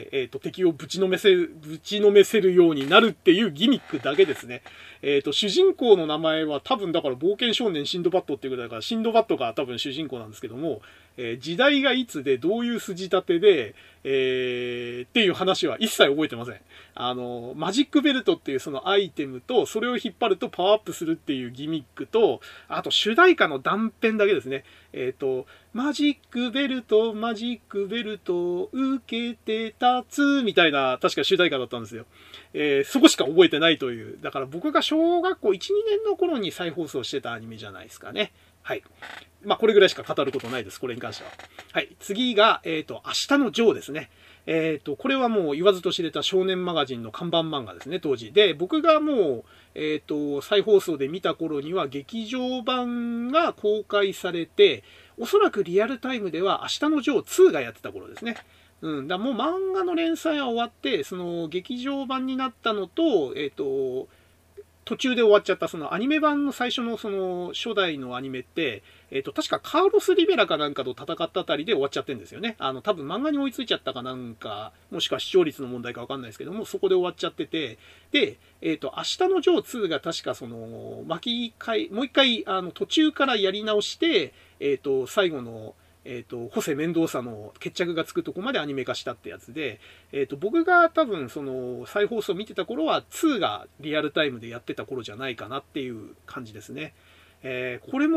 Speaker 1: えっと、敵をぶちのめせる、ぶちのめせるようになるっていうギミックだけですね。えっと、主人公の名前は多分だから冒険少年シンドバッドっていうぐらいだから、シンドバッドが多分主人公なんですけども、えー、時代がいつでどういう筋立てで、えー、っていう話は一切覚えてません。あの、マジックベルトっていうそのアイテムと、それを引っ張るとパワーアップするっていうギミックと、あと主題歌の断片だけですね。えっと、マジックベルト、マジックベルト、受けて立つ、みたいな、確か主題歌だったんですよ。えー、そこしか覚えてないという。だから僕が小学校いち、にねんの頃に再放送してたアニメじゃないですかね。はい。まあ、これぐらいしか語ることないです。これに関しては。はい。次が、えっと、明日のジョーですね。えっと、これはもう言わずと知れた少年マガジンの看板漫画ですね、当時。で、僕がもう、えっと、再放送で見た頃には劇場版が公開されて、おそらくリアルタイムでは明日のジョーツーがやってた頃ですね。うん。だもう漫画の連載は終わって、その劇場版になったのと、えっと、途中で終わっちゃったそのアニメ版の最初のその初代のアニメって、えっと、確かカーロス・リベラかなんかと戦ったあたりで終わっちゃってるんですよね。あの、多分漫画に追いついちゃったかなんか、もしくは視聴率の問題かわかんないですけども、そこで終わっちゃってて、で、えっと、明日のジョーツーが確かその、巻き替え、もう一回、あの、途中からやり直して、えっと、最後の、えっと、ホセ・メンドーサの決着がつくとこまでアニメ化したってやつで、えっと、僕が多分その再放送見てた頃はツーがリアルタイムでやってた頃じゃないかなっていう感じですね。えー、これもね、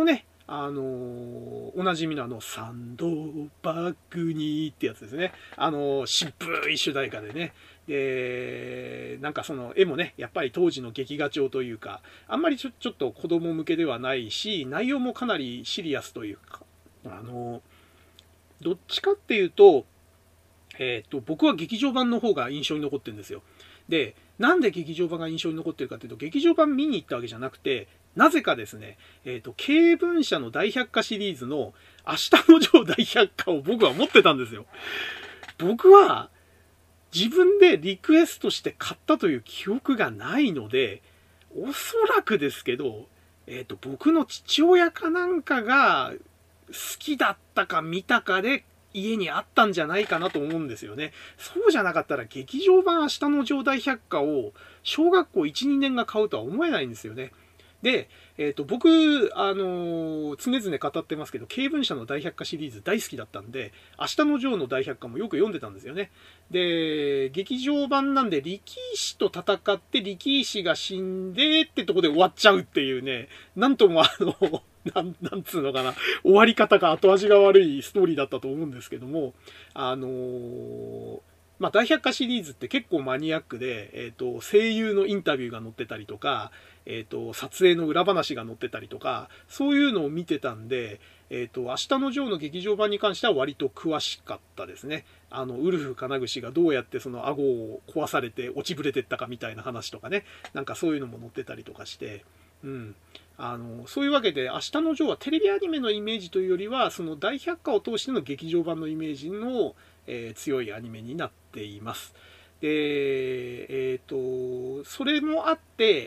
Speaker 1: あのー、おなじみのあの、サンドバッグにってやつですね。あのー、渋い主題歌でね。で、なんかその絵もね、やっぱり当時の劇画調というか、あんまりちょちょっと子供向けではないし、内容もかなりシリアスというか、あのー、どっちかっていうと、えっと、僕は劇場版の方が印象に残ってるんですよ。で、なんで劇場版が印象に残ってるかというと、劇場版見に行ったわけじゃなくて、なぜかですね、えっと、経文社の大百科シリーズの明日のジョー大百科を僕は持ってたんですよ。僕は自分でリクエストして買ったという記憶がないので、おそらくですけど、えっと、僕の父親かなんかが好きだったか見たかで家にあったんじゃないかなと思うんですよね。そうじゃなかったら劇場版明日のジョー大百科を小学校いち、にねんが買うとは思えないんですよね。で、えっと、僕、あのー、常々語ってますけど、経文社の大百科シリーズ大好きだったんで、明日のジョーの大百科もよく読んでたんですよね。で、劇場版なんで力士と戦って力士が死んでってとこで終わっちゃうっていうね、なんともあの、なん、なんつうのかな、終わり方が後味が悪いストーリーだったと思うんですけども、あのー、まあ、大百科シリーズって結構マニアックで、えっと、声優のインタビューが載ってたりとか、えっと、撮影の裏話が載ってたりとか、そういうのを見てたんで、えっと、明日のジョーの劇場版に関しては割と詳しかったですね。あの、ウルフ金串がどうやってその顎を壊されて落ちぶれてったかみたいな話とかね、なんかそういうのも載ってたりとかして、うん。あの、そういうわけで、明日のジョーはテレビアニメのイメージというよりは、その大百科を通しての劇場版のイメージの、えー、強いアニメになっています。で、えっと、それもあって、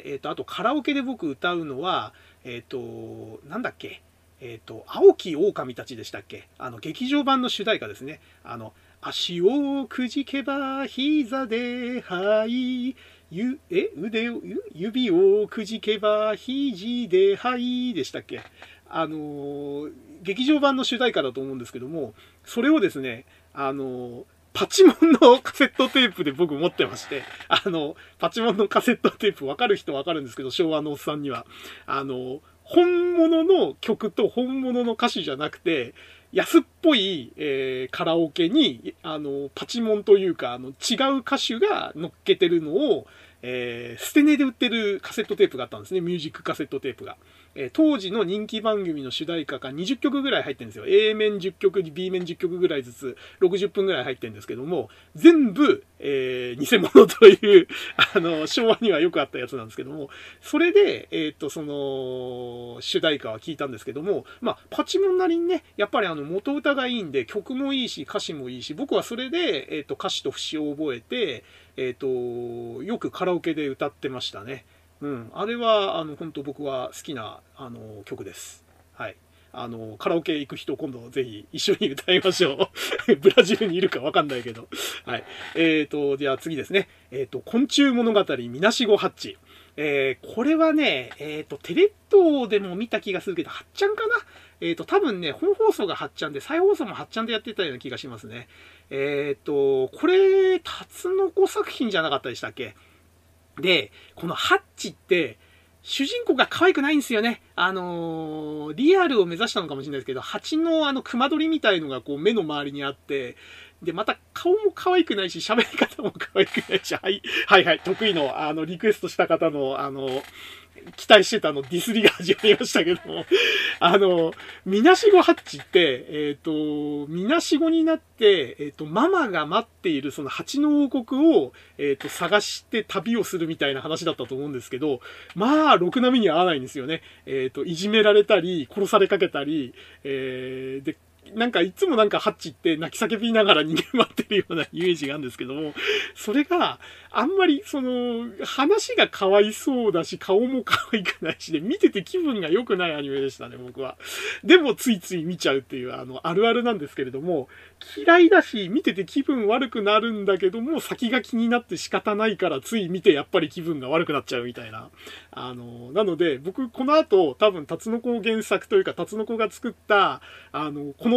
Speaker 1: えっと、あとカラオケで僕歌うのは、えっと、なんだっけ、えっと、青き狼たちでしたっけ、あの、劇場版の主題歌ですね。あの、足をくじけば膝で這い、ゆ、え腕を、指をくじけば肘で這いでしたっけ、あの、劇場版の主題歌だと思うんですけども、それをですね、あの、パチモンのカセットテープで僕持ってまして、あの、パチモンのカセットテープわかる人わかるんですけど、昭和のおっさんには。あの、本物の曲と本物の歌手じゃなくて、安っぽい、えー、カラオケに、あの、パチモンというか、あの、違う歌手が乗っけてるのを、えー、捨て値で売ってるカセットテープがあったんですね。ミュージックカセットテープが。えー、当時の人気番組の主題歌がにじゅっきょくぐらい入ってるんですよ。A 面じゅっきょく、B 面じゅっきょくぐらいずつ、ろくじゅっぷんぐらい入ってるんですけども、全部、えー、偽物という、あの、昭和にはよくあったやつなんですけども、それで、えっと、その、主題歌は聞いたんですけども、まあ、パチモンなりにね、やっぱりあの、元歌がいいんで、曲もいいし、歌詞もいいし、僕はそれで、えっと、歌詞と節を覚えて、えっと、よくカラオケで歌ってましたね。うん。あれは、あの、本当僕は好きな、あの、曲です。はい。あの、カラオケ行く人、今度ぜひ一緒に歌いましょう。ブラジルにいるかわかんないけど。はい。えっと、じゃあ次ですね。えっと、昆虫物語、みなしごハッチ。えー、これはね、えっと、テレ東でも見た気がするけど、はっちゃんかな。えっと、多分ね、本放送がはっちゃんで、再放送もはっちゃんでやってたような気がしますね。えっと、これ、タツノコ作品じゃなかったでしたっけ？で、このハッチって、主人公が可愛くないんですよね。あのー、リアルを目指したのかもしれないですけど、蜂のあの熊取りみたいのがこう目の周りにあって、で、また顔も可愛くないし、喋り方も可愛くないし、はい、はいはい、得意の、あの、リクエストした方の、あの、期待してたのディスりが始まりましたけども、あの、みなしごハッチって、えっと、みなしごになって、えっと、ママが待っているその蜂の王国を、えっと、探して旅をするみたいな話だったと思うんですけど、まあ、ろくな目に合わないんですよね。えっと、いじめられたり、殺されかけたり、えー、で、なんかいつもなんかハッチって泣き叫びながら逃げ回ってるようなイメージがあるんですけども、それがあんまりその話がかわいそうだし顔も可愛くないしで見てて気分が良くないアニメでしたね、僕は。でもついつい見ちゃうっていうあのあるあるなんですけれども、嫌いだし見てて気分悪くなるんだけども先が気になって仕方ないからつい見てやっぱり気分が悪くなっちゃうみたいな。あの、なので僕この後多分タツノコ原作というかタツノコが作ったあの、この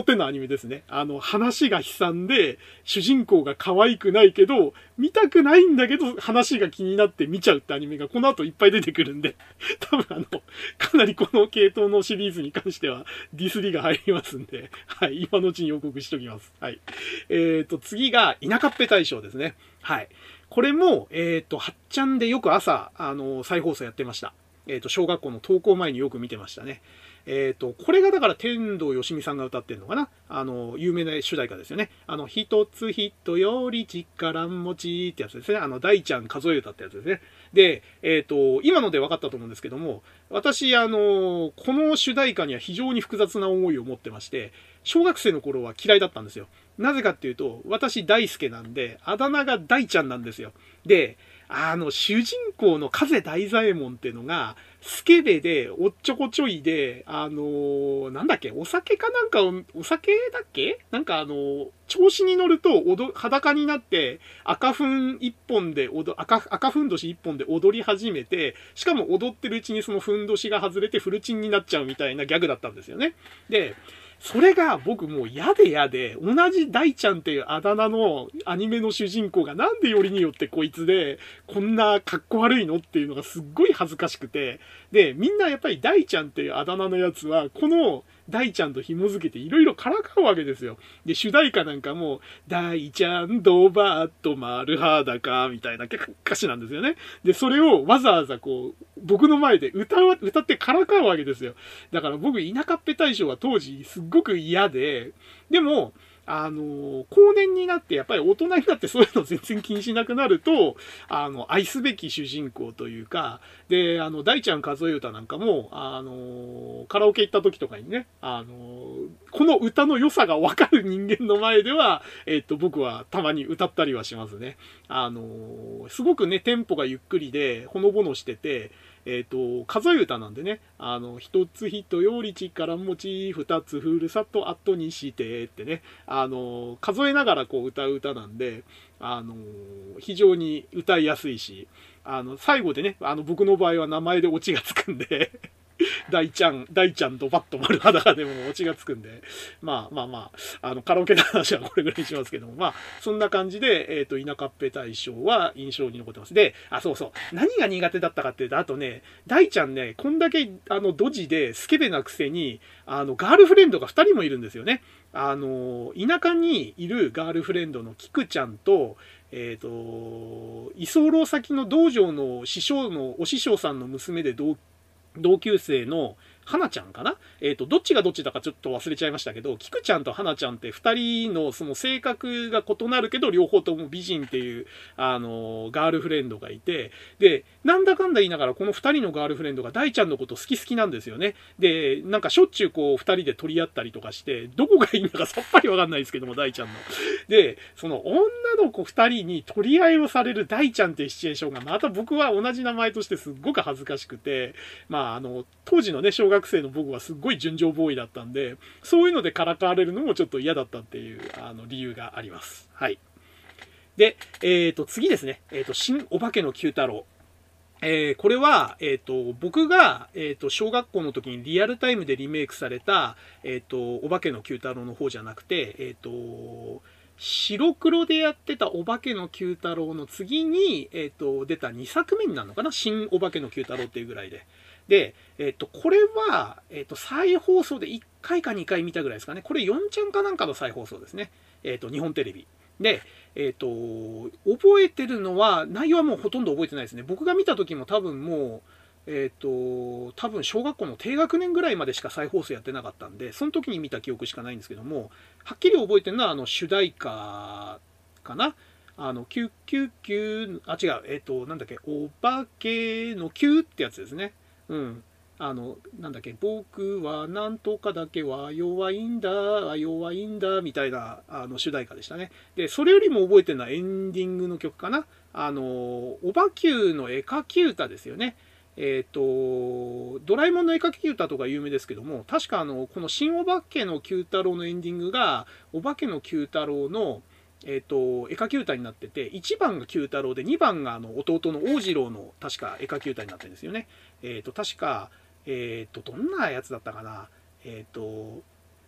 Speaker 1: 手のアニメですね。あの、話が悲惨で、主人公が可愛くないけど、見たくないんだけど、話が気になって見ちゃうってアニメがこの後いっぱい出てくるんで、多分あの、かなりこの系統のシリーズに関してはディスりが入りますんで、はい、今のうちに予告しときます。はい。えっと、次が、田舎っぺ大賞ですね。はい。これも、えっと、はっちゃんでよく朝、あの、再放送やってました。えっと、小学校の登校前によく見てましたね。えっと、これがだから天童よしみさんが歌ってるのかな、あの、有名な主題歌ですよね。あの、一つヒットより力持ちってやつですね。あの、大ちゃん数え歌ってやつですね。で、えっと、今ので分かったと思うんですけども、私、あの、この主題歌には非常に複雑な思いを持ってまして、小学生の頃は嫌いだったんですよ。なぜかっていうと、私大輔なんで、あだ名が大ちゃんなんですよ。で、あの、主人公の風大左衛門っていうのが、スケベで、おっちょこちょいで、あのー、なんだっけ、お酒かなんかを、お酒だっけなんかあのー、調子に乗ると、踊、裸になって、赤粉一本で踊、赤、赤ふんどし一本で踊り始めて、しかも踊ってるうちにそのふんどしが外れてフルチンになっちゃうみたいなギャグだったんですよね。で、それが僕もう嫌で嫌で、同じ大ちゃんっていうあだ名のアニメの主人公がなんでよりによってこいつで、こんな格好悪いのっていうのがすっごい恥ずかしくて、で、みんなやっぱり大ちゃんっていうあだ名のやつは、この大ちゃんと紐づけていろいろからかうわけですよ。で、主題歌なんかも、大ちゃんドバッと丸裸みたいな歌詞なんですよね。で、それをわざわざこう、僕の前で歌う、歌ってからかうわけですよ。だから僕、田舎っぺ大賞は当時すっごく嫌で、でも、あの、後年になって、やっぱり大人になってそういうの全然気にしなくなると、あの、愛すべき主人公というか、で、あの、大ちゃん数え歌なんかも、あの、カラオケ行った時とかにね、あの、この歌の良さがわかる人間の前では、えっと、僕はたまに歌ったりはしますね。あの、すごくね、テンポがゆっくりで、ほのぼのしてて、えっと、数え歌なんでね、あの、一つ人より力持ち、二つふるさと後にしてってね、あの、数えながらこう歌う歌なんで、あの、非常に歌いやすいし、あの、最後でね、あの、僕の場合は名前でオチがつくんで、大ちゃん、大ちゃんとバッと丸裸でもオチがつくんで、まあまあまあ、あの、カラオケの話はこれぐらいにしますけども、まあ、そんな感じで、えっと、田舎っぺ大賞は印象に残ってます。で、あ、そうそう、何が苦手だったかっていうと、あとね、大ちゃんね、こんだけ、あの、ドジで、スケベなくせに、あの、ガールフレンドがふたりもいるんですよね。あの、田舎にいるガールフレンドのキクちゃんと、えっと、居候先の道場の師匠の、お師匠さんの娘で同同級生の花ちゃんかな、えっと、どっちがどっちだかちょっと忘れちゃいましたけど、キクちゃんと花ちゃんって二人のその性格が異なるけど、両方とも美人っていう、あの、ガールフレンドがいて、で、なんだかんだ言いながら、この二人のガールフレンドが大ちゃんのこと好き好きなんですよね。で、なんかしょっちゅうこう、二人で取り合ったりとかして、どこがいいんだかさっぱりわかんないですけども、大ちゃんの。で、その女の子二人に取り合いをされる大ちゃんっていうシチュエーションが、また僕は同じ名前としてすっごく恥ずかしくて、まあ、あの、当時のね、小学生の僕はすっごい純情ボーイだったんで、そういうのでからかわれるのもちょっと嫌だったっていう、あの、理由があります。はい。で、えっと、次ですね。えっと、新お化けの九太郎。えー、これは、えっと、僕が、えっと、小学校の時にリアルタイムでリメイクされた、えっと、お化けの九太郎の方じゃなくて、えっと、白黒でやってたお化けの九太郎の次に、えっと、出たにさくめになるのかな、新お化けの九太郎っていうぐらいで。で、えっと、これは、えっと、再放送でいっかいかにかい見たぐらいですかね。これよんちゃんかなんかの再放送ですね。えっと、日本テレビ。で、えっと、覚えてるのは、内容はもうほとんど覚えてないですね。僕が見た時も多分もう、えっと、多分小学校の低学年ぐらいまでしか再放送やってなかったんで、その時に見た記憶しかないんですけども、はっきり覚えてるのは、あの、主題歌かな。あの、キュッキュッキュあ、違う、えっと、なんだっけ、お化けのキュってやつですね。うん。あの、なんだっけ、僕はなんとかだけは弱いんだ、弱いんだ、みたいな、あの、主題歌でしたね。で、それよりも覚えてるのはエンディングの曲かな。あの、おばきゅうの絵描き歌ですよね。えっと、ドラえもんの絵描き歌とか有名ですけども、確かあの、この新お化けの九太郎のエンディングが、お化けの九太郎の、えっと、絵描き歌になってて、いちばんが九太郎で、にばんがあの弟の王次郎の確か絵描き歌になってるんですよね。えっと、確か、えっと、どんなやつだったかな。えっと、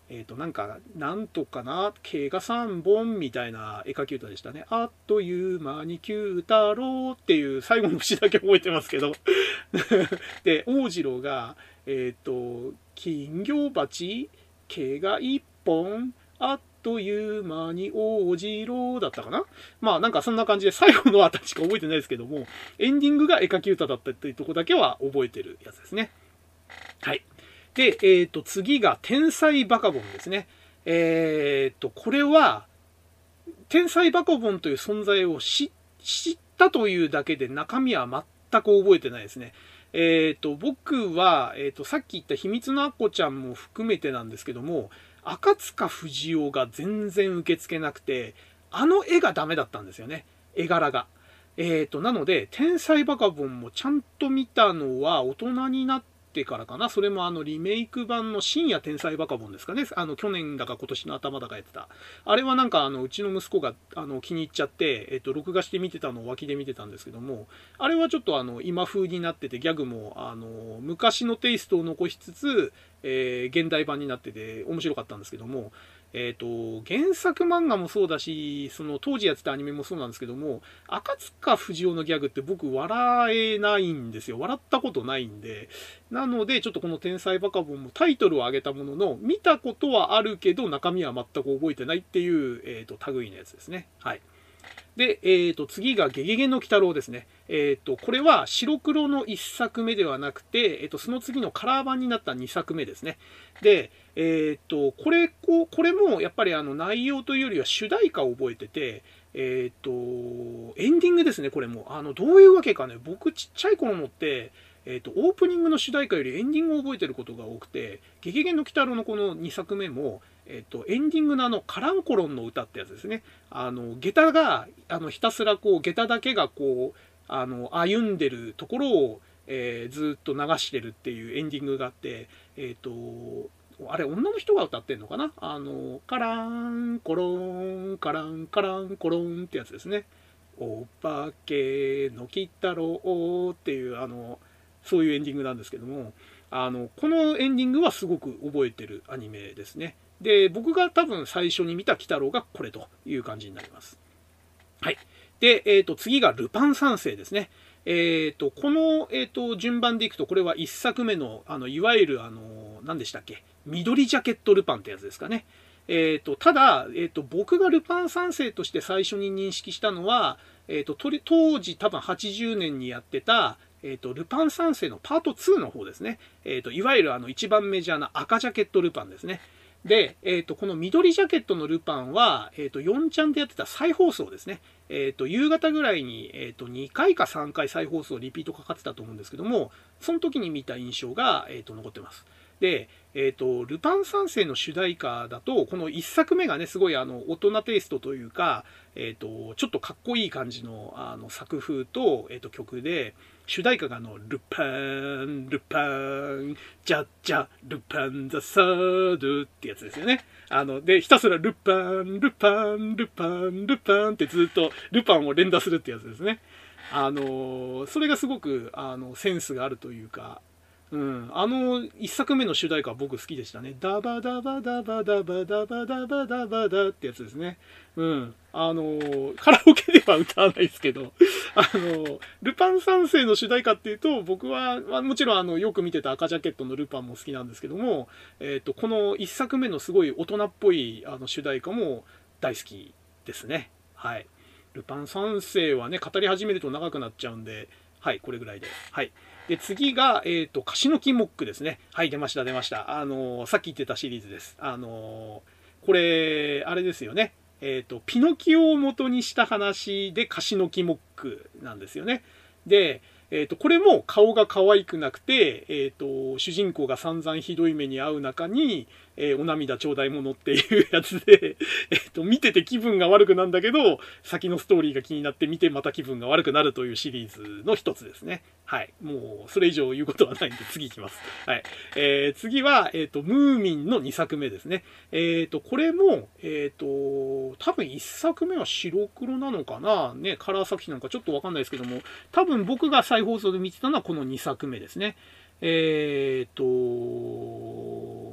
Speaker 1: えっと、なんか、なんとかな、毛がさんぼんみたいな絵描き歌でしたね。あっという間に九太郎っていう最後の節だけ覚えてますけど。で、王次郎が、えっと、金魚鉢、毛がいっぽん、あっという間に王次郎だったかな。まあなんかそんな感じで最後のあたりしか覚えてないですけども、エンディングが絵描き歌だったっていうとこだけは覚えてるやつですね。はい。で、えっと、次が天才バカボンですね。えっと、これは、天才バカボンという存在を知ったというだけで中身は全く覚えてないですね。えっと、僕は、えっと、さっき言った秘密のアッコちゃんも含めてなんですけども、赤塚不二夫が全然受け付けなくて、あの絵がダメだったんですよね。絵柄が。えっと、なので、天才バカボンもちゃんと見たのは大人になって、からかな。それもあのリメイク版の深夜天才バカボンですかね。あの去年だか今年の頭だかやってた。あれはなんかあのうちの息子があの気に入っちゃって、えっと、録画して見てたのを脇で見てたんですけども、あれはちょっとあの今風になっててギャグもあの昔のテイストを残しつつ、えー、現代版になってて面白かったんですけども、えっと、原作漫画もそうだし、その当時やってたアニメもそうなんですけども、赤塚不二夫のギャグって僕笑えないんですよ。笑ったことないんで。なので、ちょっとこの天才バカボンもタイトルを上げたものの、見たことはあるけど中身は全く覚えてないっていう、えっと、類のやつですね。はい。で、えっと、次がゲゲゲの鬼太郎ですね。えっと、これは白黒のいっさくめではなくて、えっと、その次のカラー版になったにさくめですね。で、えっと、これ、ここれもやっぱりあの内容というよりは主題歌を覚えてて、えっと、エンディングですね、これも。あの、どういうわけかね、僕ちっちゃい頃のって、えっと、オープニングの主題歌よりエンディングを覚えてることが多くて、ゲゲゲの鬼太郎のこのにさくめも、えっと、エンディングのあの、カランコロンの歌ってやつですね。あの、下駄が、あの、ひたすらこう、下駄だけがこう、あの、歩んでるところを、えー、ずっと流してるっていうエンディングがあって、えっと、あれ、女の人が歌ってんのかな。あの、カランコロン、カランカランコロンってやつですね。お化けの鬼太郎っていう、あの、そういうエンディングなんですけども、あの、このエンディングはすごく覚えてるアニメですね。で、僕が多分最初に見た鬼太郎がこれという感じになります。はい。で、えっと、次がルパン三世ですね。えっと、この、えっと、順番でいくと、これはいっさくめの、あの、いわゆる、あの、何でしたっけ、緑ジャケットルパンってやつですかね。えっと、ただ、えっと、僕がルパン三世として最初に認識したのは、えっと、当時多分はちじゅうねんにやってた、えっと、ルパン三世のパートツーの方ですね。えっと、いわゆるあの、一番メジャーな赤ジャケットルパンですね。で、えっと、この緑ジャケットのルパンは、えっと、よんちゃんでやってた再放送ですね。えっと、夕方ぐらいに、えっと、にかいかさんかい再放送、リピートかかってたと思うんですけども、その時に見た印象が、えっと、残ってます。で、えっと、ルパン三世の主題歌だと、このいっさくめがね、すごいあの、大人テイストというか、えっと、ちょっとかっこいい感じの、あの、作風と、えっと、曲で、主題歌があの、ルパン、ルパン、ジャッジャ、ルパンザサードってやつですよね。あの、で、ひたすらルパン、ルパン、ルパン、ルパンってずっとルパンを連打するってやつですね。あの、それがすごく、あの、センスがあるというか、うん。あの、一作目の主題歌は僕好きでしたね。ダバダバダバダバダバダバダバダってやつですね。うん。あの、カラオケでは歌わないですけど、あの、ルパン三世の主題歌っていうと、僕は、まあ、もちろんあの、よく見てた赤ジャケットのルパンも好きなんですけども、えっと、この一作目のすごい大人っぽいあの主題歌も大好きですね。はい。ルパン三世はね、語り始めると長くなっちゃうんで、はい、これぐらいで。はい。で、次が、えっと、カシノキモックですね。はい、出ました、出ました。あのー、さっき言ってたシリーズです。あのー、これ、あれですよね。えっと、ピノキオを元にした話でカシノキモックなんですよね。で、えっと、これも顔が可愛くなくて、えっと、主人公が散々ひどい目に遭う中に、えー、お涙ちょうだいものっていうやつで、えっと、見てて気分が悪くなんだけど、先のストーリーが気になって見てまた気分が悪くなるというシリーズの一つですね。はい。もう、それ以上言うことはないんで次行きます。はい。えー、次は、えっと、ムーミンのにさくめですね。えっと、これも、えっと、多分いっさくめは白黒なのかなね、カラー作品なんかちょっとわかんないですけども、多分僕が再放送で見てたのはこのにさくめですね。えっと、こ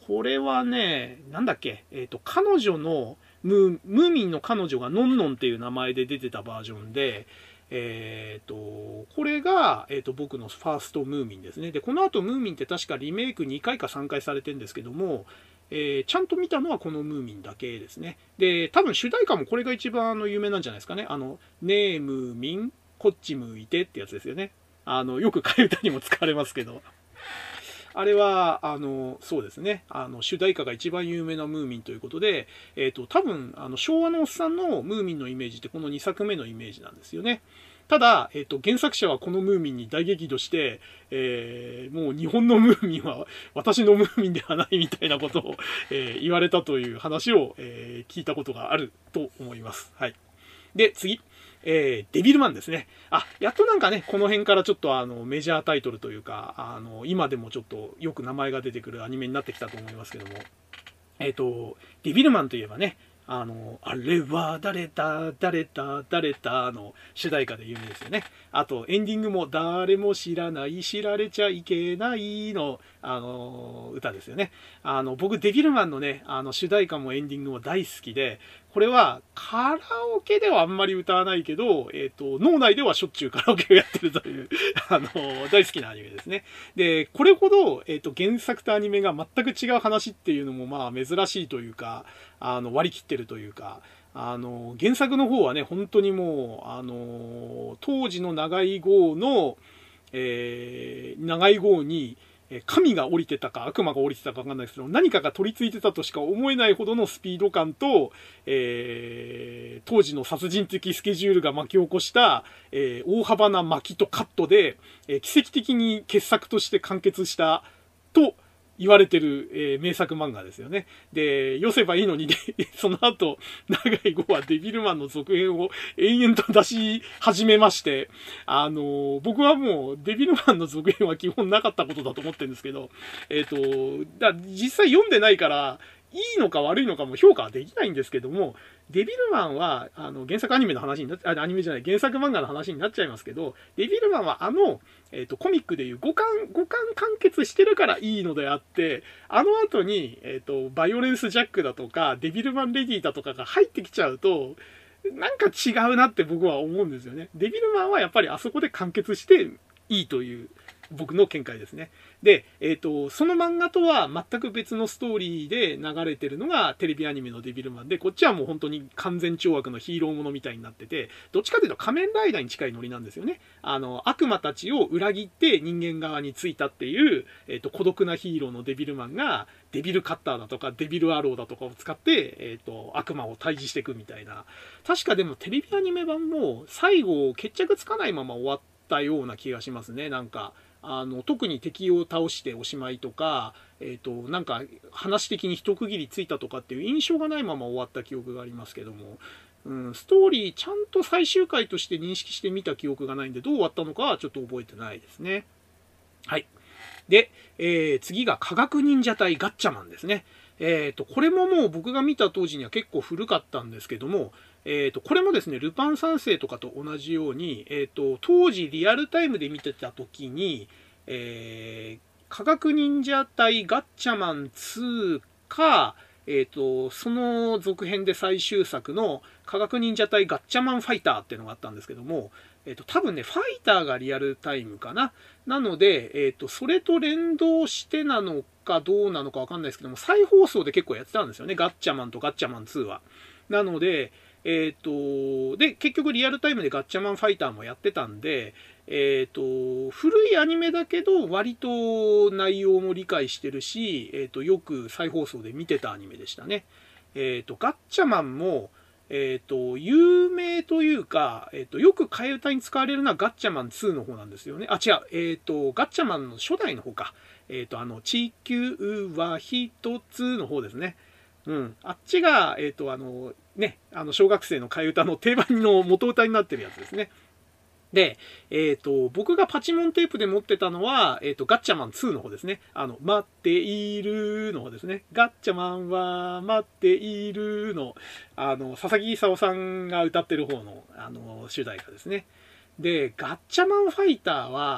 Speaker 1: これはね、なんだっけ、えっと、彼女のム、ムーミンの彼女がのんのんっていう名前で出てたバージョンで、えっと、これが、えっと、僕のファーストムーミンですね。で、この後ムーミンって確かリメイクにかいかさんかいされてるんですけども、えー、ちゃんと見たのはこのムーミンだけですね。で、多分主題歌もこれが一番あの有名なんじゃないですかね。あの、ねえムーミン、こっち向いてってやつですよね。あの、よく替え歌にも使われますけど。あれは、あの、そうですね。あの、主題歌が一番有名なムーミンということで、えっと、多分、あの、昭和のおっさんのムーミンのイメージってこのにさくめのイメージなんですよね。ただ、えっと、原作者はこのムーミンに大激怒して、えー、もう日本のムーミンは私のムーミンではないみたいなことを、えー、言われたという話を、えー、聞いたことがあると思います。はい。で、次。えー、デビルマンですね。あ、やっとなんかね、この辺からちょっとあの、メジャータイトルというか、あの、今でもちょっとよく名前が出てくるアニメになってきたと思いますけども。えっと、デビルマンといえばね、あの、あれは誰だ、誰だ、誰だの主題歌で有名ですよね。あと、エンディングも誰も知らない、知られちゃいけないの、あの、歌ですよね。あの、僕、デビルマンのね、あの、主題歌もエンディングも大好きで、これはカラオケではあんまり歌わないけど、えっと、脳内ではしょっちゅうカラオケをやってるという、あの、大好きなアニメですね。で、これほど、えっと、原作とアニメが全く違う話っていうのも、まあ、珍しいというか、あの、割り切ってるというか、あの、原作の方はね、本当にもう、あの、当時の長井号の、えー、長井号に、神が降りてたか悪魔が降りてたかわかんないですけど、何かが取り付いてたとしか思えないほどのスピード感と、えー、当時の殺人的スケジュールが巻き起こした、えー、大幅な巻きとカットで、えー、奇跡的に傑作として完結したと言われてる、えー、名作漫画ですよね。で、寄せばいいのに、ね、その後、長井豪はデビルマンの続編を延々と出し始めまして、あのー、僕はもうデビルマンの続編は基本なかったことだと思ってるんですけど、えっと、だ実際読んでないから、いいのか悪いのかも評価はできないんですけども、デビルマンは、あの、原作アニメの話になっ、あ、アニメじゃない、原作漫画の話になっちゃいますけど、デビルマンはあの、えっと、コミックでいうごかん、ごかん完結してるからいいのであって、あの後に、えっと、バイオレンスジャックだとか、デビルマンレディだとかが入ってきちゃうと、なんか違うなって僕は思うんですよね。デビルマンはやっぱりあそこで完結していいという僕の見解ですね。で、えっと、その漫画とは全く別のストーリーで流れてるのがテレビアニメのデビルマンで、こっちはもう本当に完全懲悪のヒーローものみたいになってて、どっちかというと仮面ライダーに近いノリなんですよね。あの、悪魔たちを裏切って人間側についたっていう、えっと、孤独なヒーローのデビルマンが、デビルカッターだとか、デビルアローだとかを使って、えっと、悪魔を退治していくみたいな。確かでもテレビアニメ版も最後決着つかないまま終わったような気がしますね。なんか、あの特に敵を倒しておしまいとか、えーと、なんか話的に一区切りついたとかっていう印象がないまま終わった記憶がありますけども、うん、ストーリーちゃんと最終回として認識してみた記憶がないんで、どう終わったのかはちょっと覚えてないですね。はい。で、えー、次が科学忍者隊ガッチャマンですね。えーと、これももう僕が見た当時には結構古かったんですけども、えーと、これもですね、ルパン三世とかと同じように、えーと、当時リアルタイムで見てた時に、えー、科学忍者隊ガッチャマンツーか、えーと、その続編で最終作の科学忍者隊ガッチャマンファイターっていうのがあったんですけども、えっと、多分ね、ファイターがリアルタイムかな。なので、えっと、それと連動してなのかどうなのかわかんないですけども、再放送で結構やってたんですよね。ガッチャマンとガッチャマンツーは。なので、えっと、で、結局リアルタイムでガッチャマンファイターもやってたんで、えっと、古いアニメだけど、割と内容も理解してるし、えっと、よく再放送で見てたアニメでしたね。えっと、ガッチャマンも、えっと、有名というか、えっと、よく替え歌に使われるのはガッチャマンツーの方なんですよね。あ、違う。えっと、ガッチャマンの初代の方か。えっと、あの、地球は一つの方ですね。うん。あっちが、えっと、あの、ね、あの、小学生の替え歌の定番の元歌になってるやつですね。で、えっと、僕がパチモンテープで持ってたのは、えっと、ガッチャマンツーの方ですね。あの、待っているの方ですね。ガッチャマンは待っているの、あの、佐々木勲さんが歌ってる方の、あの、主題歌ですね。で、ガッチャマンファイターは、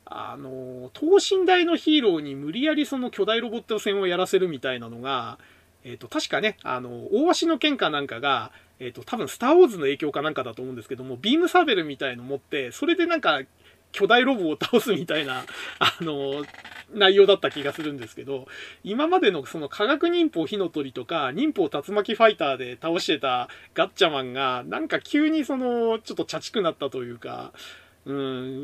Speaker 1: あの、等身大のヒーローに無理やりその巨大ロボット戦をやらせるみたいなのが、えっと、確かね、あの、大鷲の剣かなんかが、えっと、多分スターウォーズの影響かなんかだと思うんですけども、ビームサーベルみたいの持って、それでなんか、巨大ロボを倒すみたいな、あの、内容だった気がするんですけど、今までのその科学忍法火の鳥とか、忍法竜巻ファイターで倒してたガッチャマンが、なんか急にその、ちょっとチャチくなったというか、うん、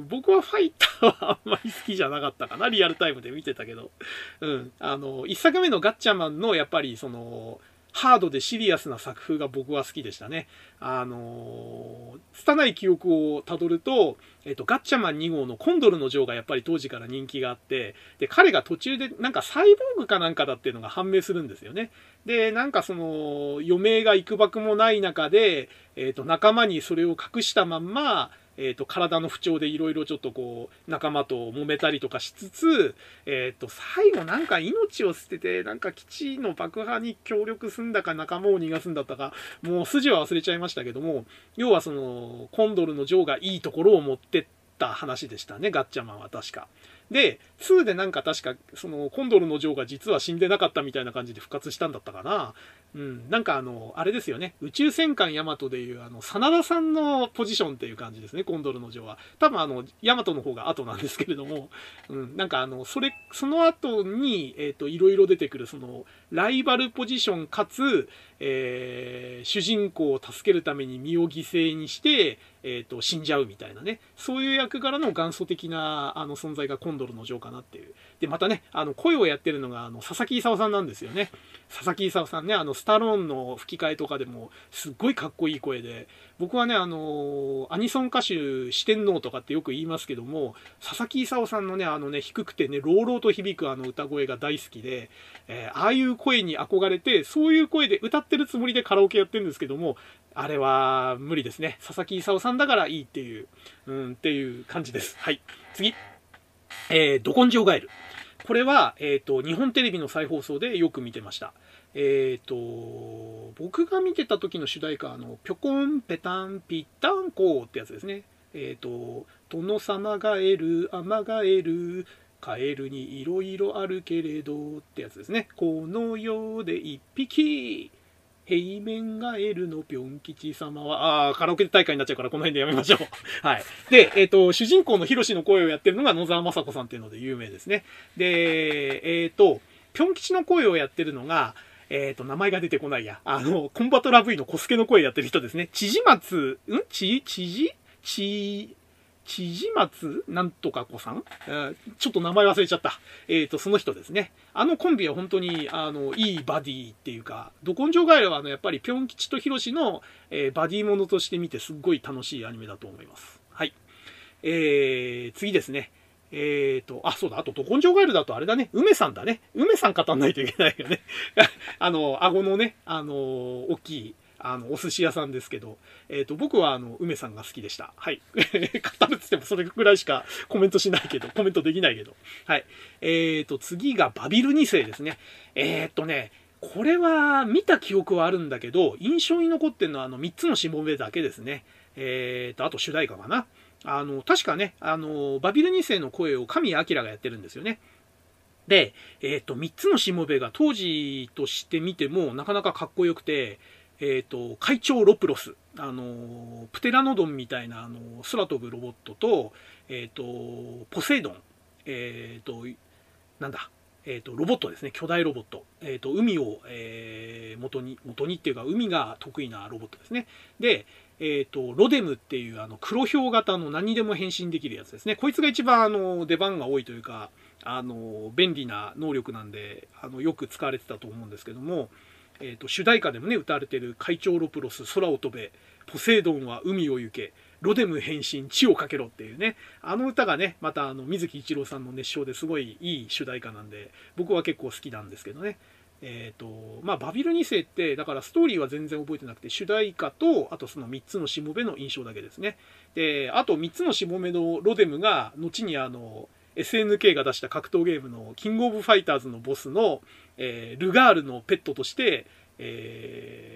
Speaker 1: 僕はファイターはあんまり好きじゃなかったかな、リアルタイムで見てたけど。うん、あの、一作目のガッチャマンのやっぱりその、ハードでシリアスな作風が僕は好きでしたね。あのー、拙い記憶をたどると、えっと、ガッチャマンに号のコンドルのジョーがやっぱり当時から人気があって、で、彼が途中でなんかサイボーグかなんかだっていうのが判明するんですよね。で、なんかその、余命が幾ばくもない中で、えっと、仲間にそれを隠したまんま、えっと、体の不調でいろいろちょっとこう、仲間と揉めたりとかしつつ、えっと、最後なんか命を捨てて、なんか基地の爆破に協力すんだか仲間を逃がすんだったか、もう筋は忘れちゃいましたけども、要はその、コンドルのジョーがいいところを持ってった話でしたね、ガッチャマンは確か。で、にでなんか確か、その、コンドルのジョーが実は死んでなかったみたいな感じで復活したんだったかな。うん、なんかあの、あれですよね。宇宙戦艦ヤマトでいう、あの、真田さんのポジションっていう感じですね、コンドルのジョーは。多分あの、ヤマトの方が後なんですけれども、うん、なんかあの、それ、その後に、えっと、いろいろ出てくる、その、ライバルポジションかつ、えー、主人公を助けるために身を犠牲にして、えっと、死んじゃうみたいなね。そういう役柄の元祖的な、あの、存在がコンドルのジョーかなっていう。で、またね、あの、声をやってるのが、あの、佐々木勲さんなんですよね。佐々木勲さんね、あの、スタローンの吹き替えとかでも、すっごいかっこいい声で、僕はね、あの、アニソン歌手四天王とかってよく言いますけども、佐々木勲さんのね、あのね、低くてね、朗々と響くあの歌声が大好きで、えー、ああいう声に憧れて、そういう声で歌ってるつもりでカラオケやってるんですけども、あれは無理ですね。佐々木勲さんだからいいっていう、うん、っていう感じです。はい。次。えー、ど根性ガエル。これは、えっと、日本テレビの再放送でよく見てました。えっと、僕が見てた時の主題歌、あの、ぴょこんぺたんぴったんこってやつですね。えっと、殿様ガエル、アマガエル、カエルにいろいろあるけれどってやつですね。この世で一匹、平面ガエルのぴょん吉様は、ああ、カラオケ大会になっちゃうからこの辺でやめましょう。はい。で、えっ、と、主人公のヒロシの声をやってるのが野沢雅子さんっていうので有名ですね。で、えっ、と、ぴょん吉の声をやってるのが、えっ、と、名前が出てこないや。あの、コンバトラ V のコスケの声やってる人ですね。ちじまつ、んち、ちじち、ちじまつなんとか子さん、えー、ちょっと名前忘れちゃった。えっ、と、その人ですね。あのコンビは本当に、あの、いいバディっていうか、ど根性ガエルはあの、やっぱりぴょん吉とヒロシの、えー、バディものとして見てすっごい楽しいアニメだと思います。はい。えー、次ですね。えーと、あ、そうだ、あと、ど根性ガエルだとあれだね、梅さんだね。梅さん語んないといけないよね。あの、顎のね、あの、大きい、あの、お寿司屋さんですけど、えっ、ー、と、僕は、あの、梅さんが好きでした。はい。語るっつってもそれぐらいしかコメントしないけど、コメントできないけど。はい。えっ、ー、と、次がバビルに世ですね。えっ、ー、とね、これは見た記憶はあるんだけど、印象に残ってるのはあのみっつのしもべだけですね。えっ、と、あと主題歌かな。あの、確かね、あの、バビルに世の声を神谷明がやってるんですよね。で、えっ、と、みっつのしもべが当時として見てもなかなかかっこよくて、えっ、と、会長ロプロス、あの、プテラノドンみたいな、あの、空飛ぶロボットと、えっ、と、ポセイドン、えっ、と、なんだ、えっ、と、ロボットですね、巨大ロボット。えっ、と、海を、えー、元に、元にっていうか、海が得意なロボットですね。で、えっ、と、ロデムっていう、あの、黒豹型の何にでも変身できるやつですね。こいつが一番、あの、出番が多いというか、あの、便利な能力なんで、あの、よく使われてたと思うんですけども、えー、と主題歌でもね歌われている「会長ロプロス空を飛べ」「ポセイドンは海を行け」「ロデム変身地をかけろ」っていうねあの歌がねまたあの水木一郎さんの熱唱ですごいいい主題歌なんで僕は結構好きなんですけどね。えーとまあ、バビルに世ってだからストーリーは全然覚えてなくて主題歌とあとそのみっつのしもべの印象だけですね。であとみっつのしもべのロデムが後にあの エスエヌケー が出した格闘ゲームのキングオブファイターズのボスの、えー、ルガールのペットとして、えー、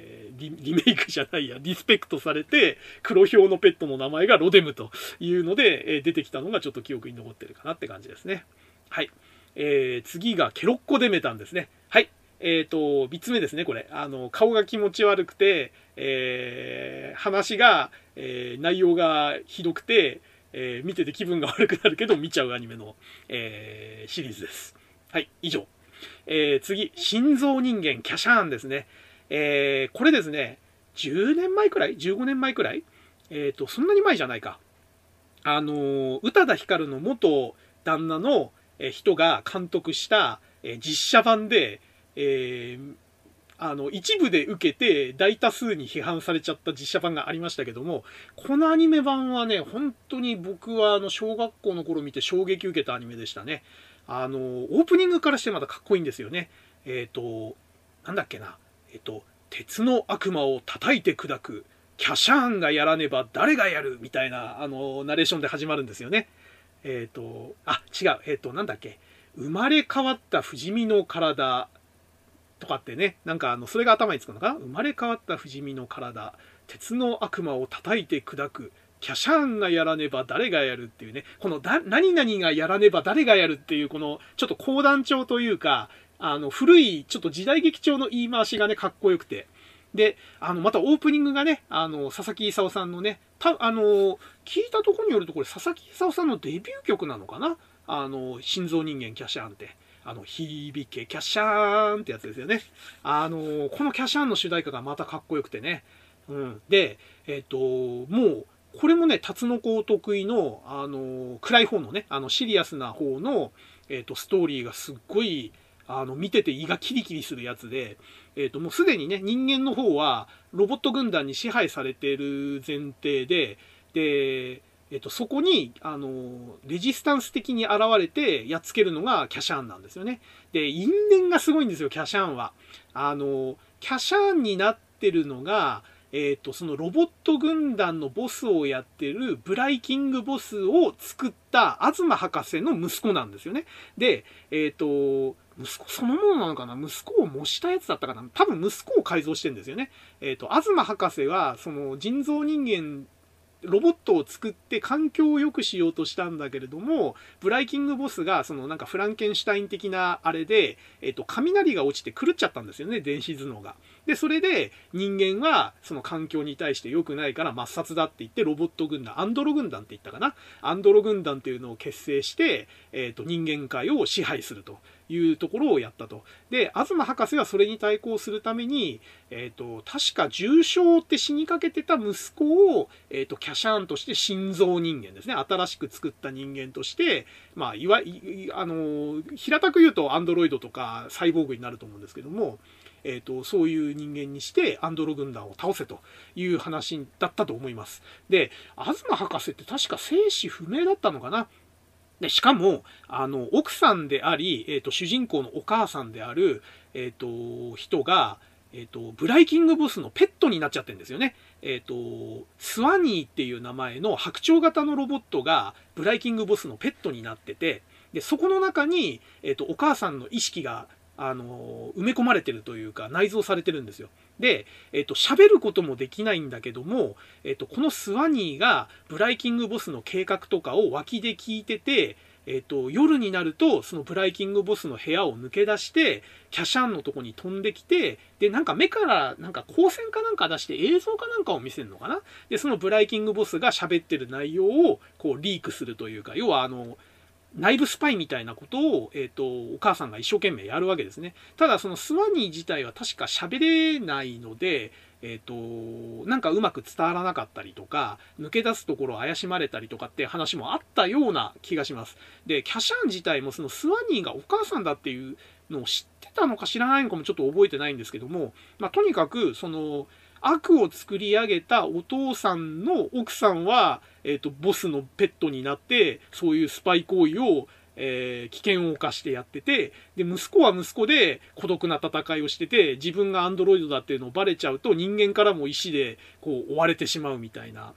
Speaker 1: リ、リメイクじゃないや、リスペクトされて、黒ヒョウのペットの名前がロデムというので、えー、出てきたのがちょっと記憶に残ってるかなって感じですね。はい。えー、次がケロッコデメタンですね。はい。えっと、みっつめですね、これ。あの、顔が気持ち悪くて、えー、話が、えー、内容がひどくて、えー、見てて気分が悪くなるけど見ちゃうアニメの、えー、シリーズです。はい、以上。えー、次、心臓人間キャシャーンですね。えー、これですね、じゅうねんまえくらい ?じゅうごねんまえくらいえっと、そんなに前じゃないか。あの、宇多田ヒカルの元旦那の人が監督した実写版で、えー、あの、一部で受けて大多数に批判されちゃった実写版がありましたけども、このアニメ版はね、本当に僕はあの、小学校の頃見て衝撃受けたアニメでしたね。あの、オープニングからしてまたかっこいいんですよね。えっと、なんだっけな。えっと、鉄の悪魔を叩いて砕く、キャシャーンがやらねば誰がやるみたいな、あの、ナレーションで始まるんですよね。えっと、あ、違う。えっと、なんだっけ。生まれ変わった不死身の体、とかってね、なんかあの、それが頭につくのかな。生まれ変わった不死身の体、鉄の悪魔を叩いて砕く、キャシャーンがやらねば誰がやるっていうね、このだ、何々がやらねば誰がやるっていう、この、ちょっと講談調というか、あの、古い、ちょっと時代劇調の言い回しがね、かっこよくて。で、あの、またオープニングがね、あの、佐々木勲さんのね、た、あの、聞いたところによるとこれ、佐々木勲さんのデビュー曲なのかな。あの、心臓人間キャシャーンって。あの、響けキャシャーンってやつですよね。あの、このキャシャーンの主題歌がまたかっこよくてね。うん。で、えっと、もう、これもね、タツノコ得意の、あの、暗い方のね、あの、シリアスな方の、えっと、ストーリーがすっごい、あの、見てて胃がキリキリするやつで、えっと、もうすでにね、人間の方は、ロボット軍団に支配されている前提で、で、えっと、そこに、あの、レジスタンス的に現れてやっつけるのがキャシャーンなんですよね。で、因縁がすごいんですよ、キャシャーンは。あの、キャシャーンになってるのが、えっと、そのロボット軍団のボスをやってるブライキングボスを作った東博士の息子なんですよね。で、えっと、息子そのものなのかな、息子を模したやつだったかな、多分息子を改造してるんですよね。えっと、東博士は、その人造人間、ロボットを作って環境を良くしようとしたんだけれども、ブライキングボスがそのなんかフランケンシュタイン的なあれで、えっと、雷が落ちて狂っちゃったんですよね、電子頭脳が。で、それで人間はその環境に対して良くないから抹殺だって言ってロボット軍団、アンドロ軍団って言ったかな。アンドロ軍団っていうのを結成して、えっと、人間界を支配するというところをやったと。で、東博士はそれに対抗するために、えっと、確か重傷って死にかけてた息子を、えっと、キャシャーンとして心臓人間ですね。新しく作った人間として、まあ、いわ、い、あの、平たく言うとアンドロイドとかサイボーグになると思うんですけども、えっと、そういう人間にしてアンドロ軍団を倒せという話だったと思います。で、東博士って確か生死不明だったのかな。で、しかも、あの、奥さんであり、えっと、主人公のお母さんである、えっと、人が、えっと、ブライキングボスのペットになっちゃってるんですよね。えっと、スワニーっていう名前の白鳥型のロボットがブライキングボスのペットになってて、で、そこの中に、えっと、お母さんの意識が、あの、埋め込まれてるというか、内蔵されてるんですよ。で、えっと、喋ることもできないんだけども、えっと、このスワニーがブライキングボスの計画とかを脇で聞いてて、えっと、夜になると、そのブライキングボスの部屋を抜け出して、キャシャンのとこに飛んできて、で、なんか目から、なんか光線かなんか出して映像かなんかを見せるのかな。で、そのブライキングボスが喋ってる内容を、こう、リークするというか、要はあの、内部スパイみたいなことを、えっと、お母さんが一生懸命やるわけですね。ただ、そのスワニー自体は確か喋れないので、えっと、なんかうまく伝わらなかったりとか、抜け出すところを怪しまれたりとかって話もあったような気がします。で、キャシャン自体もそのスワニーがお母さんだっていうのを知ってたのか知らないのかもちょっと覚えてないんですけども、まあ、とにかく、その、悪を作り上げたお父さんの奥さんは、えっと、ボスのペットになって、そういうスパイ行為を、えー、危険を冒してやってて、で、息子は息子で孤独な戦いをしてて、自分がアンドロイドだっていうのをバレちゃうと人間からも石でこう追われてしまうみたいな、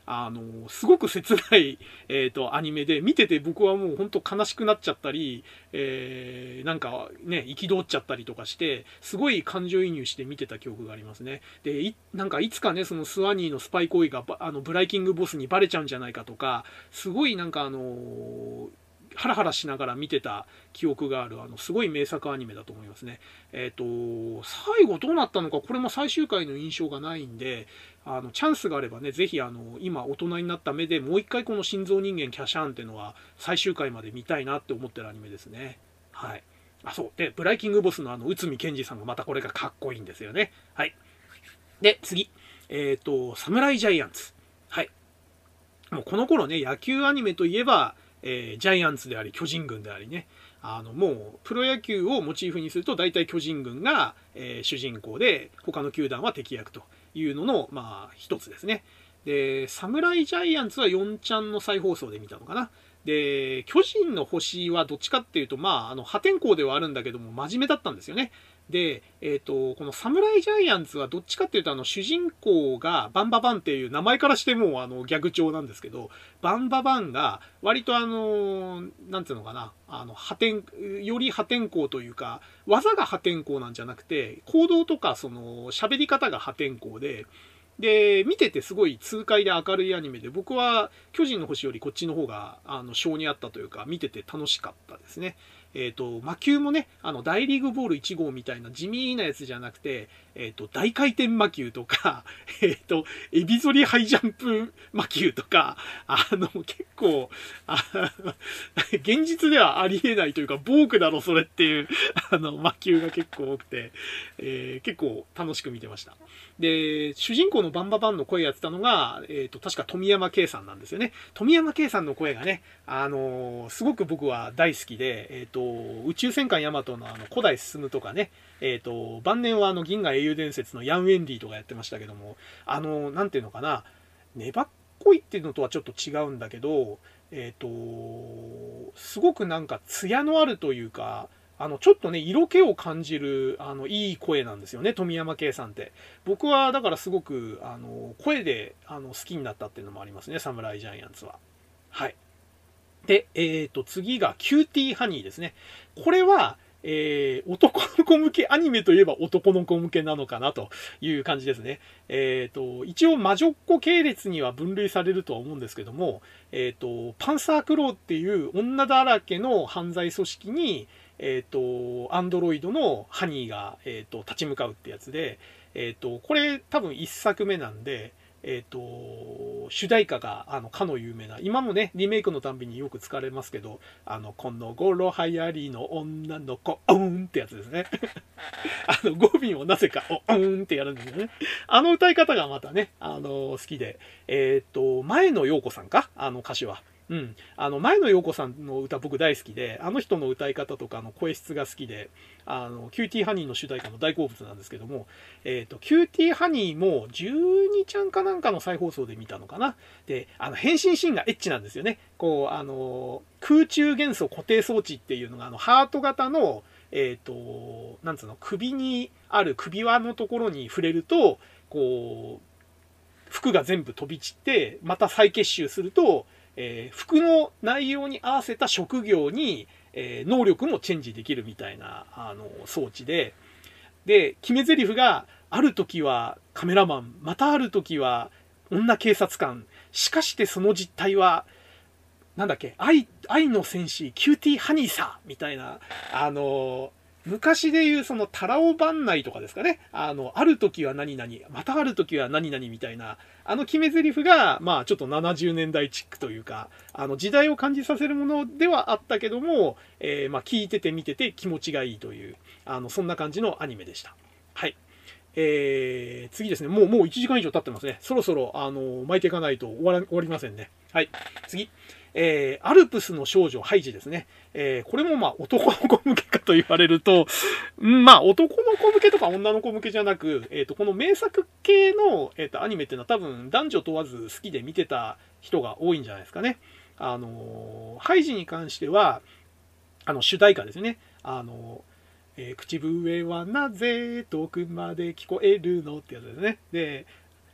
Speaker 1: あの、すごく切ない、えっと、アニメで、見てて僕はもう本当悲しくなっちゃったり、えー、なんかね、憤っちゃったりとかして、すごい感情移入して見てた記憶がありますね。で、い、なんかいつかね、そのスワニーのスパイ行為が、あの、ブライキングボスにバレちゃうんじゃないかとか、すごいなんかあの、ハラハラしながら見てた記憶がある、あの、すごい名作アニメだと思いますね。えっと、最後どうなったのか、これも最終回の印象がないんで、あの、チャンスがあればね、ぜひあの、今大人になった目でもう一回この心臓人間キャシャーンっていうのは最終回まで見たいなって思ってるアニメですね。はい。あ、そう。で、ブライキングボスのあの、内海賢二さんがまたこれがかっこいいんですよね。はい。で、次。えっと、サムライジャイアンツ。はい。もうこの頃ね、野球アニメといえば、えー、ジャイアンツであり、巨人軍でありね、あの、もう、プロ野球をモチーフにすると、大体巨人軍が、えー、主人公で、他の球団は敵役というのの、まあ、一つですね。で、サムライジャイアンツはよんちゃんの再放送で見たのかな。で、巨人の星はどっちかっていうと、まあ、あの、破天荒ではあるんだけども、真面目だったんですよね。で、えっと、このサムライジャイアンツはどっちかっていうと、あの、主人公がバンババンっていう名前からしてもう、あの、ギャグ調なんですけど、バンババンが、割とあの、なんていうのかな、あの、破天、より破天荒というか、技が破天荒なんじゃなくて、行動とか、その、喋り方が破天荒で、で、見ててすごい痛快で明るいアニメで、僕は巨人の星よりこっちの方が、あの、性にあったというか、見てて楽しかったですね。えっと、魔球もね、あの、大リーグボールいち号みたいな地味なやつじゃなくて、えっと、大回転魔球とか、えっと、エビ反りハイジャンプ魔球とか、あの、結構、あ現実ではありえないというか、ボークだろ、それっていう、あの、魔球が結構多くて、えー、結構楽しく見てました。で、主人公のバンババンの声やってたのが、えっと、確か富山圭さんなんですよね。富山圭さんの声がね、あのー、すごく僕は大好きで、えっと、宇宙戦艦ヤマトのあの古代進とかね、えっと、晩年はあの銀河英雄伝説のヤン・ウェンリーとかやってましたけども、あの、なんていうのかな、粘っこいっていうのとはちょっと違うんだけど、えっと、すごくなんか艶のあるというか、あの、ちょっとね、色気を感じる、あの、いい声なんですよね、富山圭さんって。僕は、だからすごく、あの、声で、あの、好きになったっていうのもありますね、サムライジャイアンツは。はい。で、えっと、次が、キューティーハニーですね。これは、えー、男の子向け、アニメといえば男の子向けなのかなという感じですね。えっと、一応魔女っ子系列には分類されるとは思うんですけども、えっと、パンサークローっていう女だらけの犯罪組織に、えっと、アンドロイドのハニーが、えっと、立ち向かうってやつで、えっと、これ多分一作目なんで、えっと、主題歌が、あの、かの有名な、今もね、リメイクのたんびによく使われますけど、あの、この頃流行りの女の子、おーんってやつですね。あの、語尾をなぜか、おーんってやるんですよね。あの歌い方がまたね、あの、好きで、えっと、前野陽子さんかあの歌手は。うん。あの、前野陽子さんの歌僕大好きで、あの人の歌い方とかの声質が好きで、あの、キューティーハニーの主題歌の大好物なんですけども、えっと、キューティーハニーもじゅうにちゃんかなんかの再放送で見たのかな。で、あの、変身シーンがエッチなんですよね。こう、あの、空中元素固定装置っていうのが、あの、ハート型の、えっと、なんつうの、首にある首輪のところに触れると、こう、服が全部飛び散って、また再結集すると、えー、服の内容に合わせた職業に、えー、能力もチェンジできるみたいなあの装置で、で、決め台詞が、ある時はカメラマン、またある時は女警察官、しかしてその実態は、なんだっけ、愛、愛の戦士、キューティーハニーさみたいな、あの、昔で言うそのタラオ番内とかですかね。あの、ある時は何々、またある時は何々みたいな、あの決め台詞が、まあちょっとななじゅうねんだいチックというか、あの時代を感じさせるものではあったけども、えー、まあ聞いてて見てて気持ちがいいという、あの、そんな感じのアニメでした。はい。えー、次ですね。もう、もういちじかん以上経ってますね。そろそろ、あの、巻いていかないと終わら、終わりませんね。はい。次。えー、アルプスの少女ハイジですね。えー、これもまあ男の子向けかと言われると、んまあ男の子向けとか女の子向けじゃなく、えっと、この名作系の、えっと、アニメっていうのは多分男女問わず好きで見てた人が多いんじゃないですかね。あの、ハイジに関しては、あの、主題歌ですね。あの、えー、口笛はなぜ遠くまで聞こえるのってやつですね。で、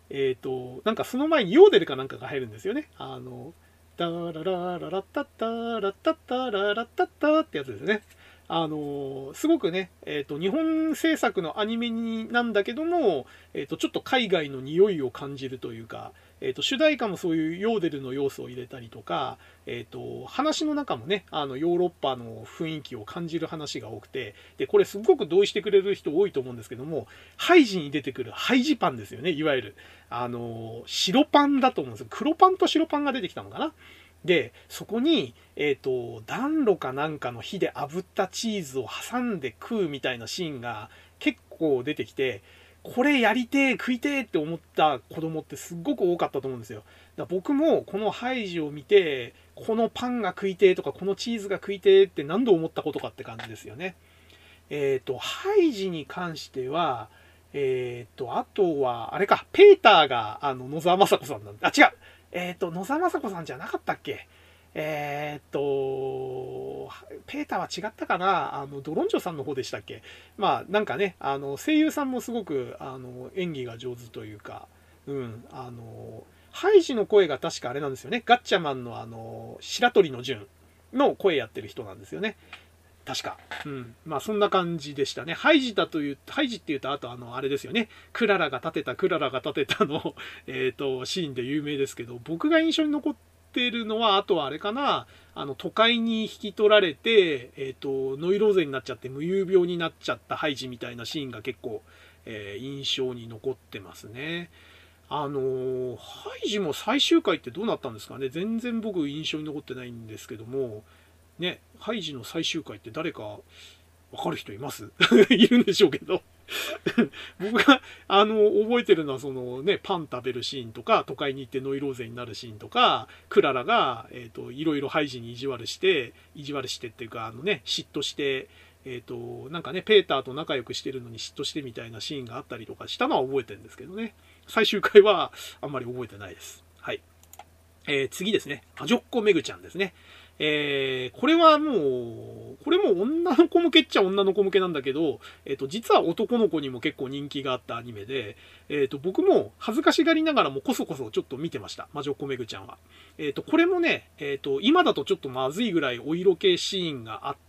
Speaker 1: えっと、なんかその前にヨーデルかなんかが入るんですよね。あの、ダララララッタッタラッタッタララッタッタってやつですね。あのすごくね、えっと、日本制作のアニメになんだけども、えっと、ちょっと海外の匂いを感じるというか、えっと、主題歌もそういうヨーデルの要素を入れたりとか、えっと、話の中もね、あの、ヨーロッパの雰囲気を感じる話が多くて、で、これすごく同意してくれる人多いと思うんですけども、ハイジに出てくるハイジパンですよね、いわゆる。あの、白パンだと思うんですよ。黒パンと白パンが出てきたのかな。で、そこに、えっと、暖炉かなんかの火で炙ったチーズを挟んで食うみたいなシーンが結構出てきて、これやりてえ、食いてえって思った子供ってすっごく多かったと思うんですよ。だから僕もこのハイジを見て、このパンが食いてえとか、このチーズが食いてえって何度思ったことかって感じですよね。えっと、ハイジに関しては、えっと、あとは、あれか、ペーターが、あの、野沢雅子さんなんだ。あ、違うえっと、野沢雅子さんじゃなかったっけえっと、ペーターは違ったかなあの、ドロンジョさんの方でしたっけまあ、なんかね、あの、声優さんもすごく、あの、演技が上手というか、うん、あの、ハイジの声が確かあれなんですよね。ガッチャマンのあの、白鳥の順の声やってる人なんですよね。確か。うん。まあそんな感じでしたね。ハイジだという、ハイジって言うと、あとあの、あれですよね。クララが立てた、クララが立てたの、えっと、シーンで有名ですけど、僕が印象に残っているのは、あとはあれかな、あの、都会に引き取られて、えっと、ノイローゼになっちゃって無遊病になっちゃったハイジみたいなシーンが結構、えー印象に残ってますね。あのーハイジも最終回ってどうなったんですかね。全然僕印象に残ってないんですけども、ね、ハイジの最終回って誰かわかる人いますいるんでしょうけど僕が、あの、覚えてるのは、そのね、パン食べるシーンとか、都会に行ってノイローゼになるシーンとか、クララが、えっと、いろいろハイジに意地悪して、意地悪してっていうか、あのね、嫉妬して、えっと、なんかね、ペーターと仲良くしてるのに嫉妬してみたいなシーンがあったりとかしたのは覚えてるんですけどね。最終回はあんまり覚えてないです。はい。えー次ですね。魔女っ子めぐちゃんですね。えーこれはもう、これも女の子向けっちゃ女の子向けなんだけど、えっ、と、実は男の子にも結構人気があったアニメで、えっ、と、僕も恥ずかしがりながらもこそこそちょっと見てました。魔女っ子めぐちゃんは。えっ、と、これもね、えっ、と、今だとちょっとまずいぐらいお色気シーンがあって、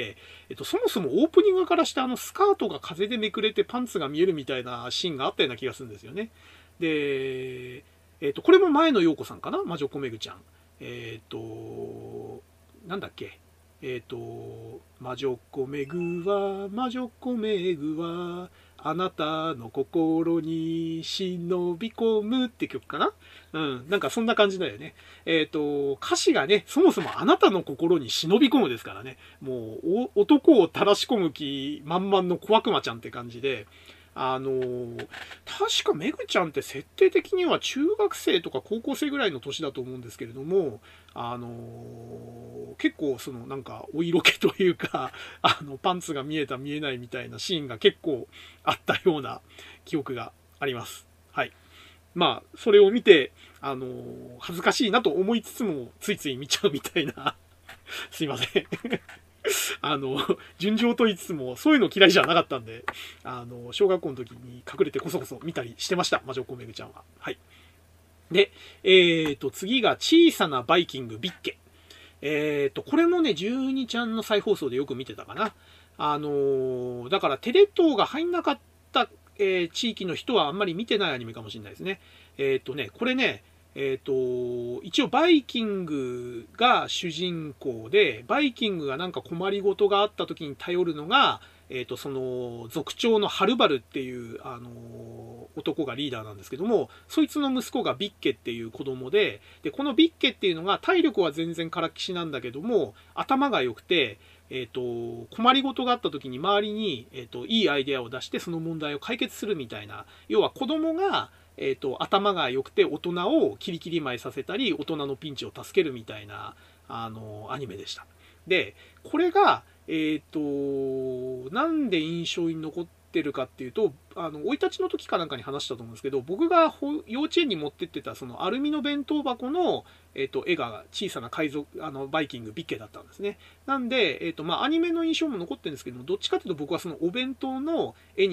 Speaker 1: えっと、そもそもオープニングからしてあのスカートが風でめくれてパンツが見えるみたいなシーンがあったような気がするんですよね。で、えっ、と、これも前野陽子さんかな魔女っ子めぐちゃん。えっ、と、なんだっけ。えっ、と、魔女っ子めぐは、魔女っ子めぐは、あなたの心に忍び込むって曲かなうん。なんかそんな感じだよね。えっ、と、歌詞がね、そもそもあなたの心に忍び込むですからね。もう、男を垂らし込む気満々の小悪魔ちゃんって感じで、あのー確かめぐちゃんって設定的には中学生とか高校生ぐらいの年だと思うんですけれども、あのー結構そのなんかお色気というか、あのパンツが見えた見えないみたいなシーンが結構あったような記憶があります。はい。まあ、それを見て、あのー恥ずかしいなと思いつつも、ついつい見ちゃうみたいな。すいません。あの、順調と言いつつも、そういうの嫌いじゃなかったんで、あの、小学校の時に隠れてこそこそ見たりしてました。魔女っ子めぐちゃんは。はい。で、えーと、次が小さなバイキングビッケ。えーと、これもね、じゅうにちゃんの再放送でよく見てたかな。あのーだからテレ東が入んなかった、えー地域の人はあんまり見てないアニメかもしれないですね。えーとね、これね、えっ、と、一応バイキングが主人公で、バイキングがなんか困りごとがあった時に頼るのが、えっ、と、その、族長のハルバルっていう、あの、男がリーダーなんですけども、そいつの息子がビッケっていう子供で、で、このビッケっていうのが体力は全然からきしなんだけども、頭が良くて、えっ、と、困りごとがあった時に周りに、えっ、と、いいアイデアを出してその問題を解決するみたいな、要は子供が、えっ、と、頭が良くて大人をキリキリ舞いさせたり、大人のピンチを助けるみたいな、あの、アニメでした。で、これが、えっ、と、なんで印象に残ってるかっていうと、あの、生い立ちの時かなんかに話したと思うんですけど、僕が幼稚園に持ってってた、そのアルミの弁当箱の、えっ、と、絵が小さな海賊、あの、バイキング、ビッケだったんですね。なんで、えっ、と、まあ、アニメの印象も残ってるんですけども、どっちかというと僕はそのお弁当の絵に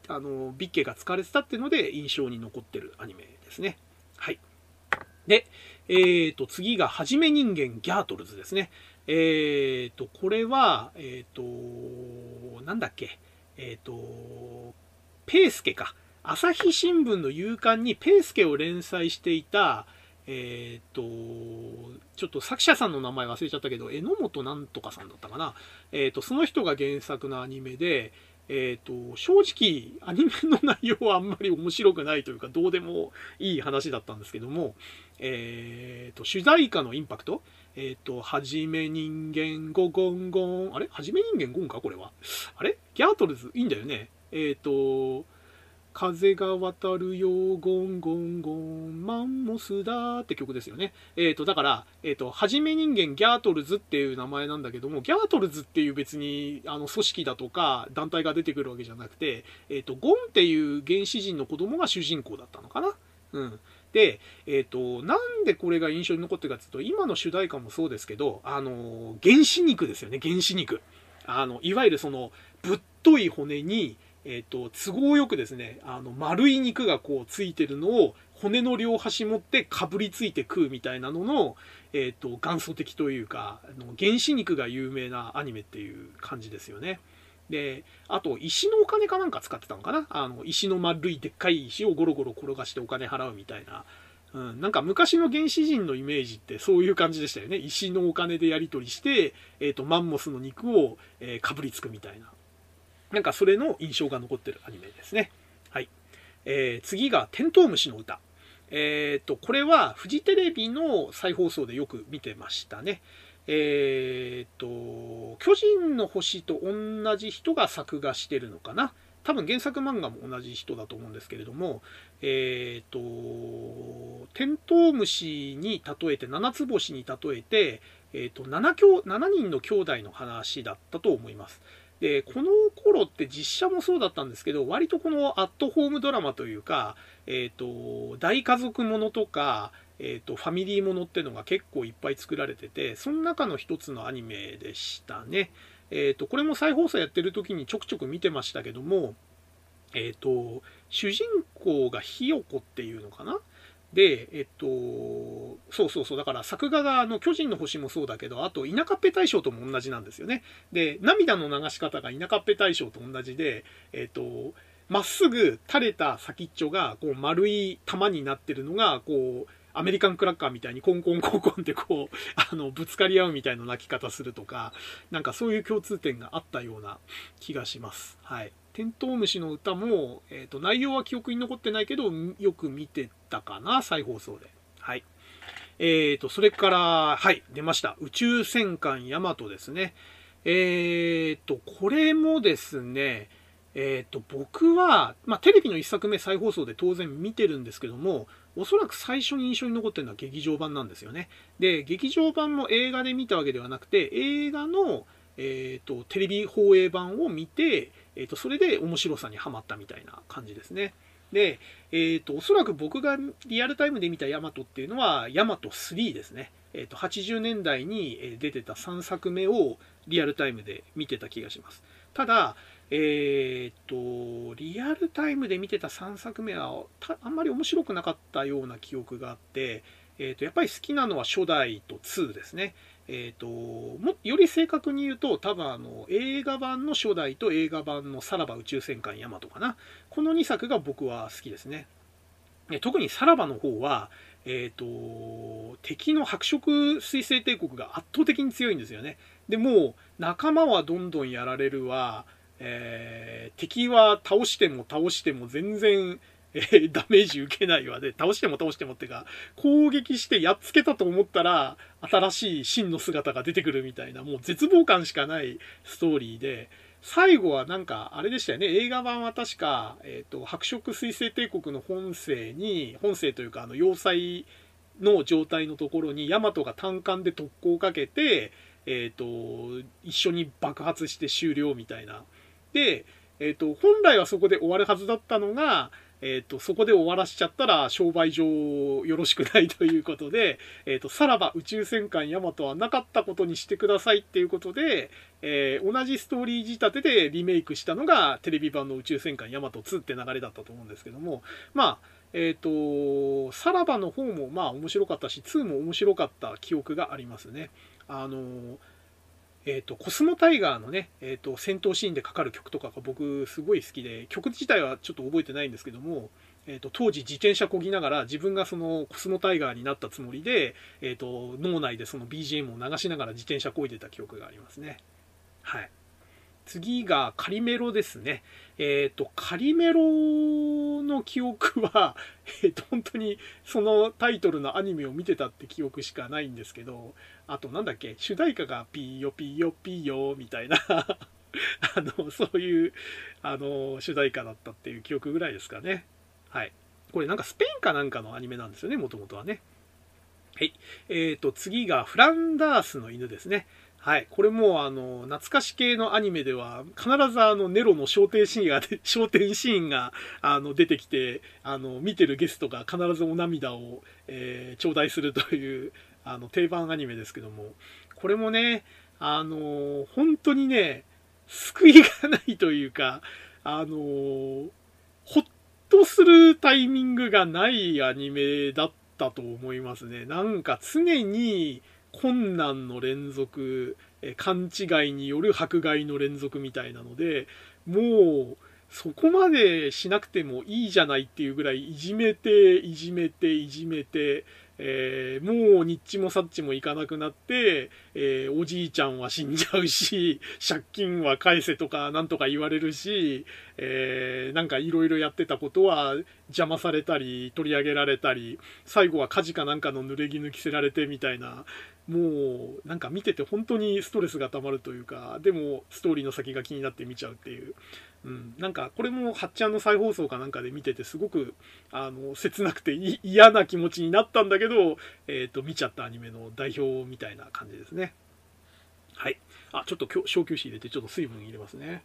Speaker 1: あのビッケが使われてたっていうので印象に残ってるアニメですね。はい。で、えーと、次がはじめ人間ギャートルズですね。えーと、これは、えーと、なんだっけ、えーと、ペースケか。朝日新聞の夕刊にペースケを連載していた、えっと、ちょっと作者さんの名前忘れちゃったけど、榎本なんとかさんだったかな。えっと、その人が原作のアニメで、えっと、正直、アニメの内容はあんまり面白くないというか、どうでもいい話だったんですけども、えっと、主題歌のインパクト、えっと、はじめ人間ゴゴンゴン、あれはじめ人間ゴンかこれは。あれギャートルズいいんだよね。えっと、風が渡るよゴンゴンゴンマンモスだって曲ですよね。えっ、ー、とだから、えっ、ー、とはじめ人間ギャートルズっていう名前なんだけども、ギャートルズっていう別にあの組織だとか団体が出てくるわけじゃなくて、えっ、ー、とゴンっていう原始人の子供が主人公だったのかな。うん。で、えっ、となんでこれが印象に残ってるかっていうと、今の主題歌もそうですけど、あの原始肉ですよね。原始肉。あのいわゆるそのぶっとい骨にえーと、都合よくですね、あの丸い肉がこうついてるのを骨の両端持ってかぶりついて食うみたいなのの、えーと、元祖的というか、あの原始肉が有名なアニメっていう感じですよね。で、あと石のお金かなんか使ってたのかな、あの石の丸いでっかい石をゴロゴロ転がしてお金払うみたいな。うん、なんか昔の原始人のイメージってそういう感じでしたよね。石のお金でやり取りして、えーと、マンモスの肉を、えー、かぶりつくみたいな。なんかそれの印象が残ってるアニメですね。はい。えー、次がテントウムシの歌。えっと、これはフジテレビの再放送でよく見てましたね。えっと、巨人の星と同じ人が作画してるのかな。多分原作漫画も同じ人だと思うんですけれども、えっと、テントウムシに例えて、七つ星に例えて、えっと、7, 7人の兄弟の話だったと思います。で、この頃って実写もそうだったんですけど、割とこのアットホームドラマというか、えっと、大家族ものとか、えっと、ファミリーものっていうのが結構いっぱい作られてて、その中の一つのアニメでしたね。えっと、これも再放送やってる時にちょくちょく見てましたけども、えっと、主人公がひよこっていうのかな。で、えっと、そうそうそう、だから作画があの巨人の星もそうだけど、あと田舎っぺ大将とも同じなんですよね。で、涙の流し方が田舎っぺ大将と同じで、えっと、まっすぐ垂れた先っちょがこう丸い玉になってるのが、こう、アメリカンクラッカーみたいにコンコンコンコンってこう、あの、ぶつかり合うみたいな泣き方するとか、なんかそういう共通点があったような気がします。はい。テントウムシの歌も、えーと、内容は記憶に残ってないけど、よく見てたかな、再放送で。はい。えーと、それから、はい、出ました。宇宙戦艦ヤマトですね。えーと、これもですね、えーと、僕は、まあ、テレビのいっさくめ再放送で当然見てるんですけども、おそらく最初に印象に残ってるのは劇場版なんですよね。で、劇場版も映画で見たわけではなくて、映画の、えーと、テレビ放映版を見て、えーと、それで面白さにはまったみたいな感じですね。で、えーと、おそらく僕がリアルタイムで見たヤマトっていうのは、ヤマトスリーですね。えーと、はちじゅうねんだいに出てたさんさくめをリアルタイムで見てた気がします。ただ、えーと、リアルタイムで見てたさんさくめはあんまり面白くなかったような記憶があって、えーと、やっぱり好きなのは初代とにですね。えーと、もより正確に言うと、多分あの映画版の初代と映画版のさらば宇宙戦艦ヤマトかな。このにさくが僕は好きですね。特にさらばの方は、えーと、敵の白色水星帝国が圧倒的に強いんですよね。でもう仲間はどんどんやられるわ、えー、敵は倒しても倒しても全然えー、ダメージ受けないわで、倒しても倒してもってか、攻撃してやっつけたと思ったら、新しい真の姿が出てくるみたいな、もう絶望感しかないストーリーで、最後はなんか、あれでしたよね、映画版は確か、えっと、白色水星帝国の本星に、本星というか、あの、要塞の状態のところに、ヤマトが単管で特攻をかけて、えっと、一緒に爆発して終了みたいな。で、えっと、本来はそこで終わるはずだったのが、 えっと、そこで終わらしちゃったら商売上よろしくないということで、えっと、さらば宇宙戦艦ヤマトはなかったことにしてくださいっていうことで、えー、同じストーリー仕立てでリメイクしたのがテレビ版の宇宙戦艦ヤマトツーって流れだったと思うんですけども、まあ、えっと、さらばの方もまあ面白かったし、ツーも面白かった記憶がありますね。あの、えーと、コスモタイガーのね、えーと、戦闘シーンでかかる曲とかが僕すごい好きで、曲自体はちょっと覚えてないんですけども、えーと、当時自転車こぎながら自分がそのコスモタイガーになったつもりで、えーと、脳内でその ビージーエム を流しながら自転車こいでた記憶がありますね。はい。次がカリメロですね。えっと、カリメロの記憶は、えっと、本当にそのタイトルのアニメを見てたって記憶しかないんですけど、あとなんだっけ、主題歌がピーヨピーヨピーヨみたいなあの、そういう、あの、主題歌だったっていう記憶ぐらいですかね。はい。これなんかスペインかなんかのアニメなんですよね、もともとはね。はい。えっと、次がフランダースの犬ですね。はい。これも、あの、懐かし系のアニメでは、必ずあの、ネロの焦点シーンが、焦点シーンが、あの、出てきて、あの、見てるゲストが必ずお涙を、えー、頂戴するという、あの、定番アニメですけども、これもね、あの、本当にね、救いがないというか、あの、ほっとするタイミングがないアニメだったと思いますね。なんか常に、困難の連続、勘違いによる迫害の連続みたいなので、もうそこまでしなくてもいいじゃないっていうぐらいいじめていじめていじめて、えー、もうニッチもサッチもいかなくなって、えー、おじいちゃんは死んじゃうし、借金は返せとかなんとか言われるし、えー、なんかいろいろやってたことは邪魔されたり取り上げられたり、最後は火事かなんかの濡れ衣着せられてみたいな、もうなんか見てて本当にストレスがたまるというか、でもストーリーの先が気になって見ちゃうっていう、うん、なんかこれもはっちゃんの再放送かなんかで見ててすごくあの切なくて嫌な気持ちになったんだけど、えーと、見ちゃったアニメの代表みたいな感じですね。はい。あ、ちょっと小休止入れてちょっと水分入れますね。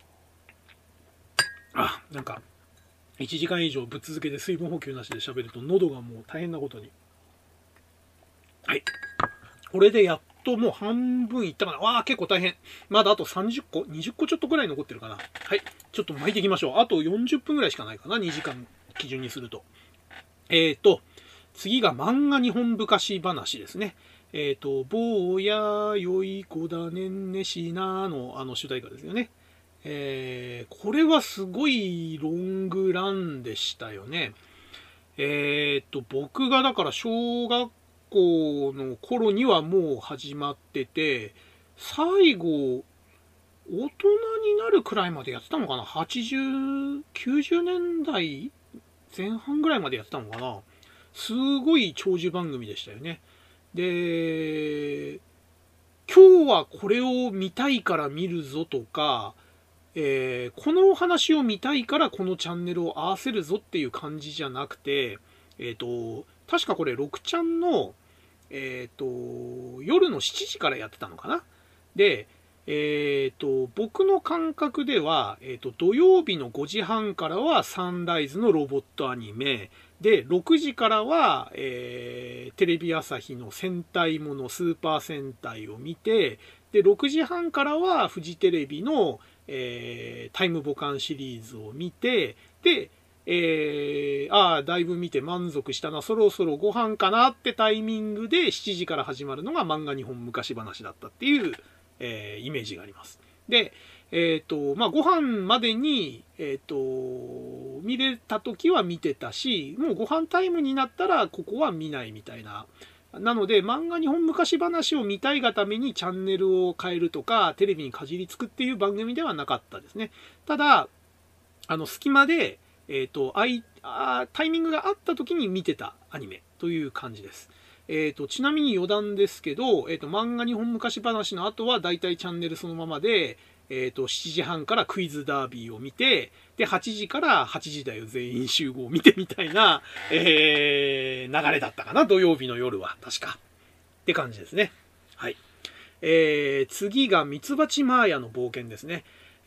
Speaker 1: あ、なんかいちじかん以上ぶっ続けで水分補給なしで喋ると喉がもう大変なことに。はい。これでやっともう半分いったかな。わあ、結構大変。まだあとさんじゅっこ、にじゅっこちょっとぐらい残ってるかな。はい。ちょっと巻いていきましょう。あとよんじゅっぷんぐらいしかないかな。にじかん基準にすると。えっと、次が漫画日本昔話ですね。えっと、坊やよい子だねんねしなのあの主題歌ですよね。えー、これはすごいロングランでしたよね。えっと、僕がだから小学校の頃にはもう始まってて、最後、大人になるくらいまでやってたのかな ?はちじゅう、きゅうじゅうねんだいぜん半ぐらいまでやってたのかな。すごい長寿番組でしたよね。で、今日はこれを見たいから見るぞとか、えー、このお話を見たいからこのチャンネルを合わせるぞっていう感じじゃなくて、えっと、確かこれろくちゃんの、えっと、夜のしちじからやってたのかな。で、えっと、僕の感覚では、えっと、土曜日のごじはんからはサンライズのロボットアニメ、で、ろくじからは、えー、テレビ朝日の戦隊ものスーパー戦隊を見て、で、ろくじはんからはフジテレビの、えー、タイムボカンシリーズを見て、で、えー、ああ、だいぶ見て満足したな、そろそろご飯かなってタイミングでしちじから始まるのが漫画日本昔話だったっていう、えー、イメージがあります。で、えっと、まあ、ご飯までに、えっと、見れた時は見てたし、もうご飯タイムになったらここは見ないみたいな。なので、漫画日本昔話を見たいがためにチャンネルを変えるとか、テレビにかじりつくっていう番組ではなかったですね。ただ、あの、隙間で、えっと、あいあタイミングがあった時に見てたアニメという感じです。えっと、ちなみに余談ですけど、えっと、漫画日本昔話の後はだいたいチャンネルそのままで、えっと、しちじはんからクイズダービーを見て、で、はちじからはちじだよ全員集合を見てみたいな、えー、流れだったかな、土曜日の夜は。確か。って感じですね。はい。えー、次がミツバチマーヤの冒険ですね。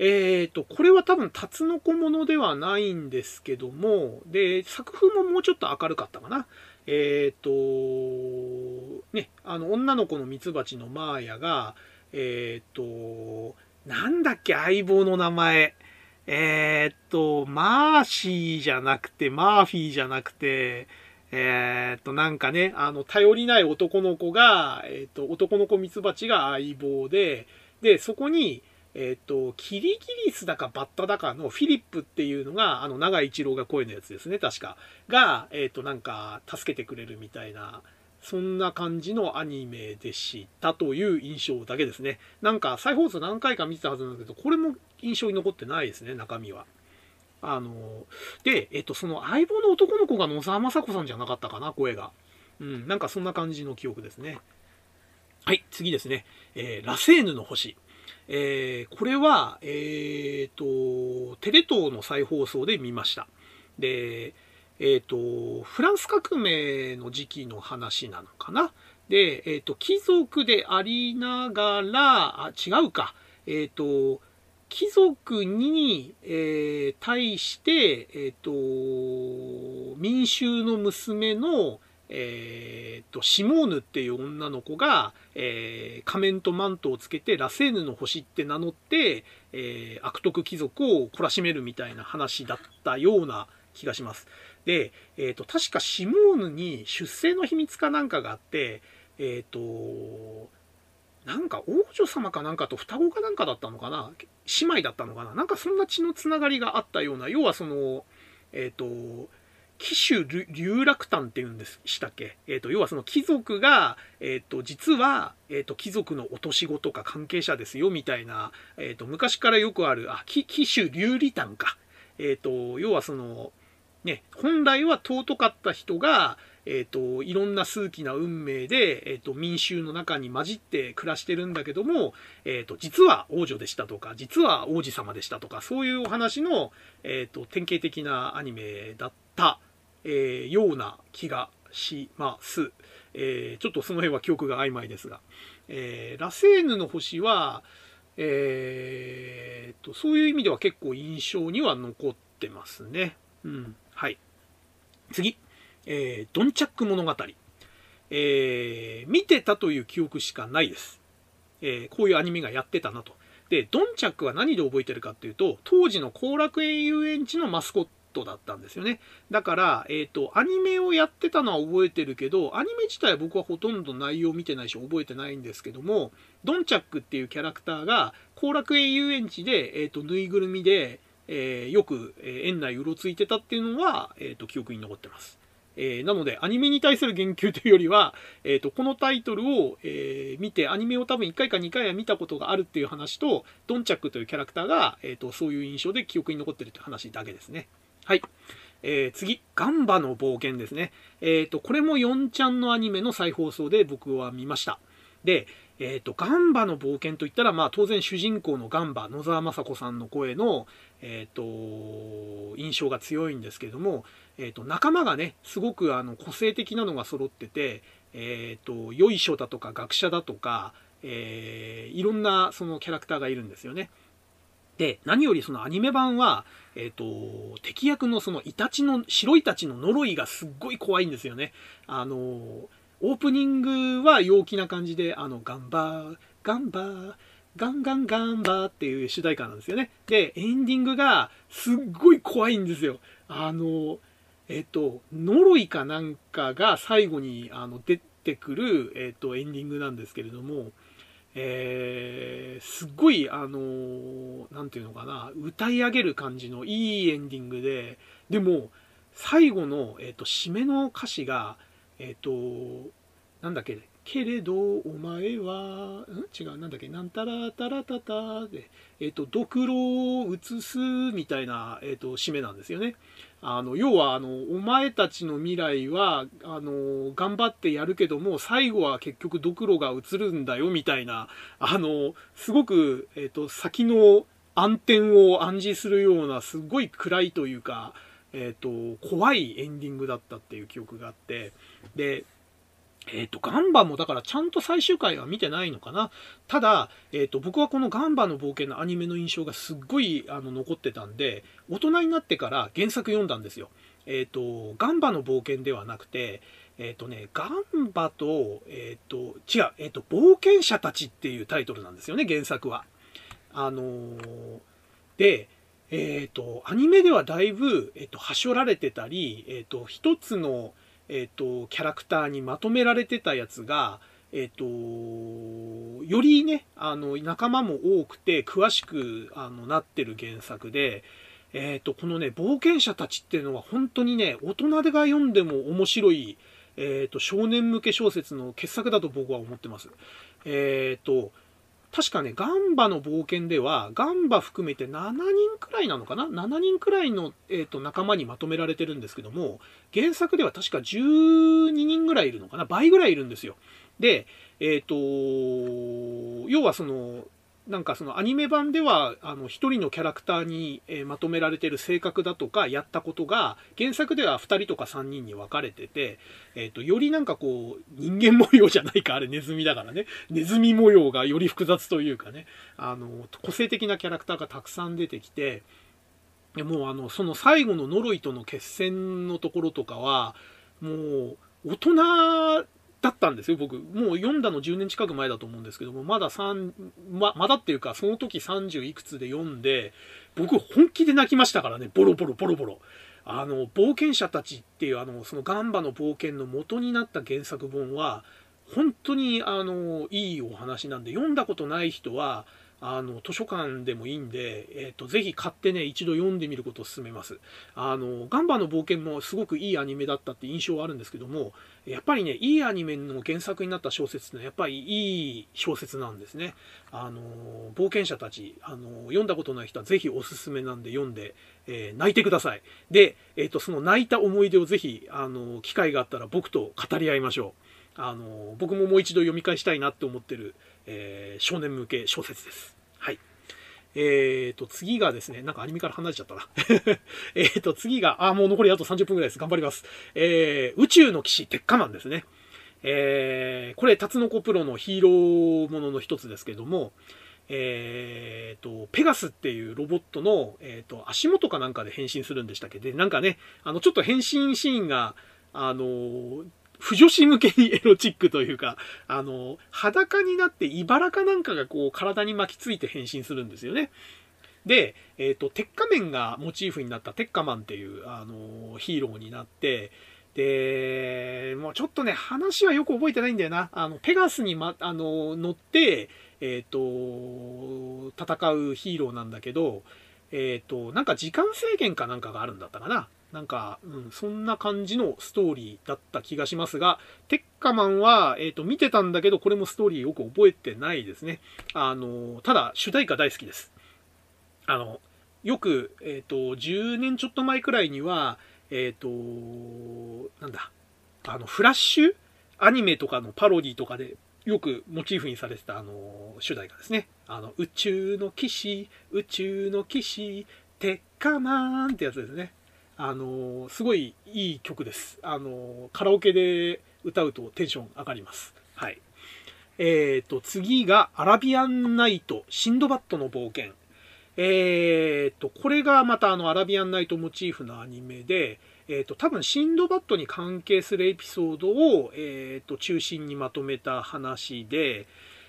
Speaker 1: えっと、これは多分、タツノコものではないんですけども、で、作風ももうちょっと明るかったかな。えっと、ね、あの、女の子のミツバチのマーヤが、えっと、なんだっけ、相棒の名前。えーっと、マーシーじゃなくて、マーフィーじゃなくて、えーっと、なんかね、あの、頼りない男の子が、えーっと、男の子ミツバチが相棒で、で、そこに、えーっと、キリギリスだかバッタだかのフィリップっていうのが、あの、長井一郎が声のやつですね、確か。が、えーっと、なんか、助けてくれるみたいな、そんな感じのアニメでしたという印象だけですね。なんか再放送何回か見てたはずなんだけど、これも印象に残ってないですね、中身は。あの、で、えっと、その相棒の男の子が野沢雅子さんじゃなかったかな、声が。うん、なんかそんな感じの記憶ですね。はい、次ですね。えー、ラセーヌの星。えー、これは、えっと、テレ東の再放送で見ました。で、えっと、フランス革命の時期の話なのかな。で、えっと、貴族でありながら、あ、違うか。えっと、貴族に、えー、対して、えっと、民衆の娘の、えー、とシモーヌっていう女の子が、えー、仮面とマントをつけてラセーヌの星って名乗って、えー、悪徳貴族を懲らしめるみたいな話だったような気がします。で、えー、と確かシモーヌに出生の秘密かなんかがあって、えっ、となんか王女様かなんかと双子かなんかだったのかな、姉妹だったのかな、なんかそんな血のつながりがあったような、要はそのえっ、と貴種流落譚っていうんでしたっけ、えーと、要はその貴族が、えーと、実は、えーと、貴族の落とし子とか関係者ですよみたいな、えーと、昔からよくあるあ貴種流利譚か、えーと、要はそのね、本来は尊かった人が、えーと、いろんな数奇な運命で、えーと、民衆の中に混じって暮らしてるんだけども、えーと、実は王女でしたとか実は王子様でしたとか、そういうお話の、えーと、典型的なアニメだった、えー、ような気がします、えー、ちょっとその辺は記憶が曖昧ですが、えー、ラセーヌの星は、えーと、そういう意味では結構印象には残ってますね。うん、はい。次、えー、ドンチャック物語。えー、見てたという記憶しかないです。えー、こういうアニメがやってたなと。で、ドンチャックは何で覚えてるかっていうと、当時の後楽園遊園地のマスコットだったんですよね。だから、えっと、アニメをやってたのは覚えてるけど、アニメ自体は僕はほとんど内容見てないし覚えてないんですけども、ドンチャックっていうキャラクターが後楽園遊園地で、えっと、ぬいぐるみで、えー、よく、えー、園内うろついてたっていうのは、えっと、記憶に残ってます。えー、なので、アニメに対する言及というよりは、えっと、このタイトルを、えー、見て、アニメを多分いっかいかにかいは見たことがあるっていう話と、ドンチャックというキャラクターが、えっと、そういう印象で記憶に残ってるという話だけですね。はい。えー、次、ガンバの冒険ですね。えっと、これもよんちゃんのアニメの再放送で僕は見ました。で、えっと、ガンバの冒険といったら、まあ、当然主人公のガンバ、野沢雅子さんの声の、えっと、印象が強いんですけれども、えっと、仲間がね、すごくあの個性的なのが揃ってて、えっと、よいしょだとか学者だとか、えー、いろんなそのキャラクターがいるんですよね。で、何よりそのアニメ版は、えっと、敵役のそのイタチの、白イタチの呪いがすっごい怖いんですよね。あの、オープニングは陽気な感じで、あの、ガンバー、ガンバー、ガンガンガンバーっていう主題歌なんですよね。で、エンディングがすっごい怖いんですよ。あの、えっと、呪いかなんかが最後にあの出てくる、えっと、エンディングなんですけれども、えー、すっごい、あのー、なんていうのかな、歌い上げる感じのいいエンディングで、でも、最後の、えっと、締めの歌詞が、えっと、なんだっけ、けれど、お前は、ん違う、なんだっけ、なんたらたらたたで、えっと、ドクロを移す、みたいな、えっと、締めなんですよね。あの、要は、あの、お前たちの未来は、あの、頑張ってやるけども、最後は結局ドクロが映るんだよ、みたいな、あの、すごく、えっと、先の暗転を暗示するような、すごい暗いというか、えっと、怖いエンディングだったっていう記憶があって、で、 えっと、ガンバもだからちゃんと最終回は見てないのかな。ただ、えっと、僕はこのガンバの冒険のアニメの印象がすっごいあの残ってたんで、大人になってから原作読んだんですよ。えっと、ガンバの冒険ではなくて、えっとね、ガンバと、えっと、違う、えっと、冒険者たちっていうタイトルなんですよね、原作は。あのーで、えっと、アニメではだいぶ、えっと、はしょられてたり、えっと、一つの、えっと、キャラクターにまとめられてたやつが、えっと、よりね、あの、仲間も多くて、詳しく、あの、なってる原作で、えっと、このね、冒険者たちっていうのは本当にね、大人が読んでも面白い、えっと、少年向け小説の傑作だと僕は思ってます。えっと、確かね、ガンバの冒険では、ガンバ含めてしちにんくらいなのかな ?しち 人くらいの、えーと仲間にまとめられてるんですけども、原作では確かじゅうににんぐらいいるのかな倍ぐらいいるんですよ。で、えっ、と、要はその、なんかそのアニメ版ではあの一人のキャラクターに、えーまとめられてる性格だとかやったことが原作ではふたりとかさんにんに分かれてて、えーと、よりなんかこう人間模様じゃないかあれネズミだからねネズミ模様がより複雑というかねあの個性的なキャラクターがたくさん出てきてもうあのその最後のノロイとの決戦のところとかはもう大人だったんですよ、僕。もう読んだのじゅうねん近く前だと思うんですけども、まだ3、ま、まだっていうか、その時さんじゅういくつで読んで、僕本気で泣きましたからね、ボロボロボロボロ。あの、冒険者たちっていう、あの、そのガンバの冒険の元になった原作本は、本当に、あの、いいお話なんで、読んだことない人は、あの図書館でもいいんで、えーと、ぜひ買ってね一度読んでみることを勧めます。あのガンバの冒険もすごくいいアニメだったって印象はあるんですけども、やっぱりねいいアニメの原作になった小説ってのはやっぱりいい小説なんですね。あの冒険者たちあの読んだことない人はぜひおすすめなんで読んで、えー、泣いてください。で、えーと、その泣いた思い出をぜひあの機会があったら僕と語り合いましょう。あの僕ももう一度読み返したいなって思ってる、えー、少年向け小説です。はい。えーと、次がですね、なんかアニメから離れちゃったな。えーと、次が、あ、もう残りあとさんじゅっぷんぐらいです。頑張ります。えー、宇宙の騎士、鉄火マンですね。えー、これ、タツノコプロのヒーローものの一つですけども、えーと、ペガスっていうロボットの、えーと、足元かなんかで変身するんでしたっけ。で、なんかね、あの、ちょっと変身シーンが、あの不女子向けにエロチックというか、あの、裸になって茨かなんかがこう体に巻きついて変身するんですよね。で、えっと、鉄仮面がモチーフになった鉄仮マンっていう、あの、ヒーローになって、で、もうちょっとね、話はよく覚えてないんだよな。あの、ペガスに、ま、あの、乗って、えっと、戦うヒーローなんだけど、えっと、なんか時間制限かなんかがあるんだったかな。なんか、うん、そんな感じのストーリーだった気がしますが、テッカマンは、えっと、見てたんだけど、これもストーリーよく覚えてないですね。あの、ただ、主題歌大好きです。あの、よく、えっと、じゅうねんちょっと前くらいには、えっと、なんだ、あの、フラッシュアニメとかのパロディとかでよくモチーフにされてた、あの、主題歌ですね。あの、宇宙の騎士、宇宙の騎士、テッカマンってやつですね。あの、すごいいい曲です。あの、カラオケで歌うとテンション上がります。はい。えっと、次がアラビアンナイト、シンドバッドの冒険。えっと、これがまたあのアラビアンナイトモチーフのアニメで、えっと、多分シンドバッドに関係するエピソードを、えっと、中心にまとめた話で、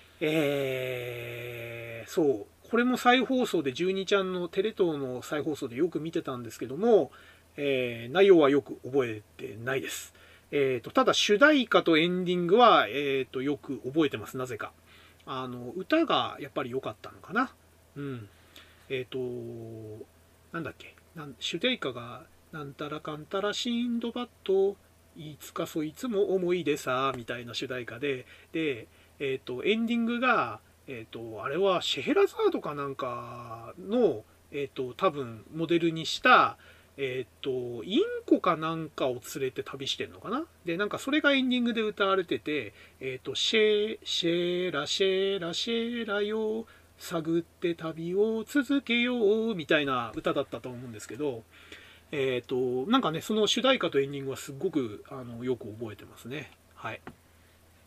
Speaker 1: えー、そう、これも再放送でじゅうにちゃんのテレ東の再放送でよく見てたんですけども、えー、内容はよく覚えてないです。えーと、ただ主題歌とエンディングは、えーと、よく覚えてます、なぜか。あの、歌がやっぱり良かったのかな。うん。えっ、ー、と、なんだっけ。なん主題歌が、なんたらかんたらシンドバッド、いつかそいつも思い出さ、みたいな主題歌で、で、えっ、ー、と、エンディングが、えっ、ー、と、あれはシェヘラザードかなんかの、えっ、ー、と、多分モデルにした、えっ、と、インコかなんかを連れて旅してんのかな。で、なんかそれがエンディングで歌われてて、えっ、と、シェ、シェラ、シェラ、シェラよ、探って旅を続けようみたいな歌だったと思うんですけど、えっ、と、なんかね、その主題歌とエンディングはすっごくあのよく覚えてますね。はい。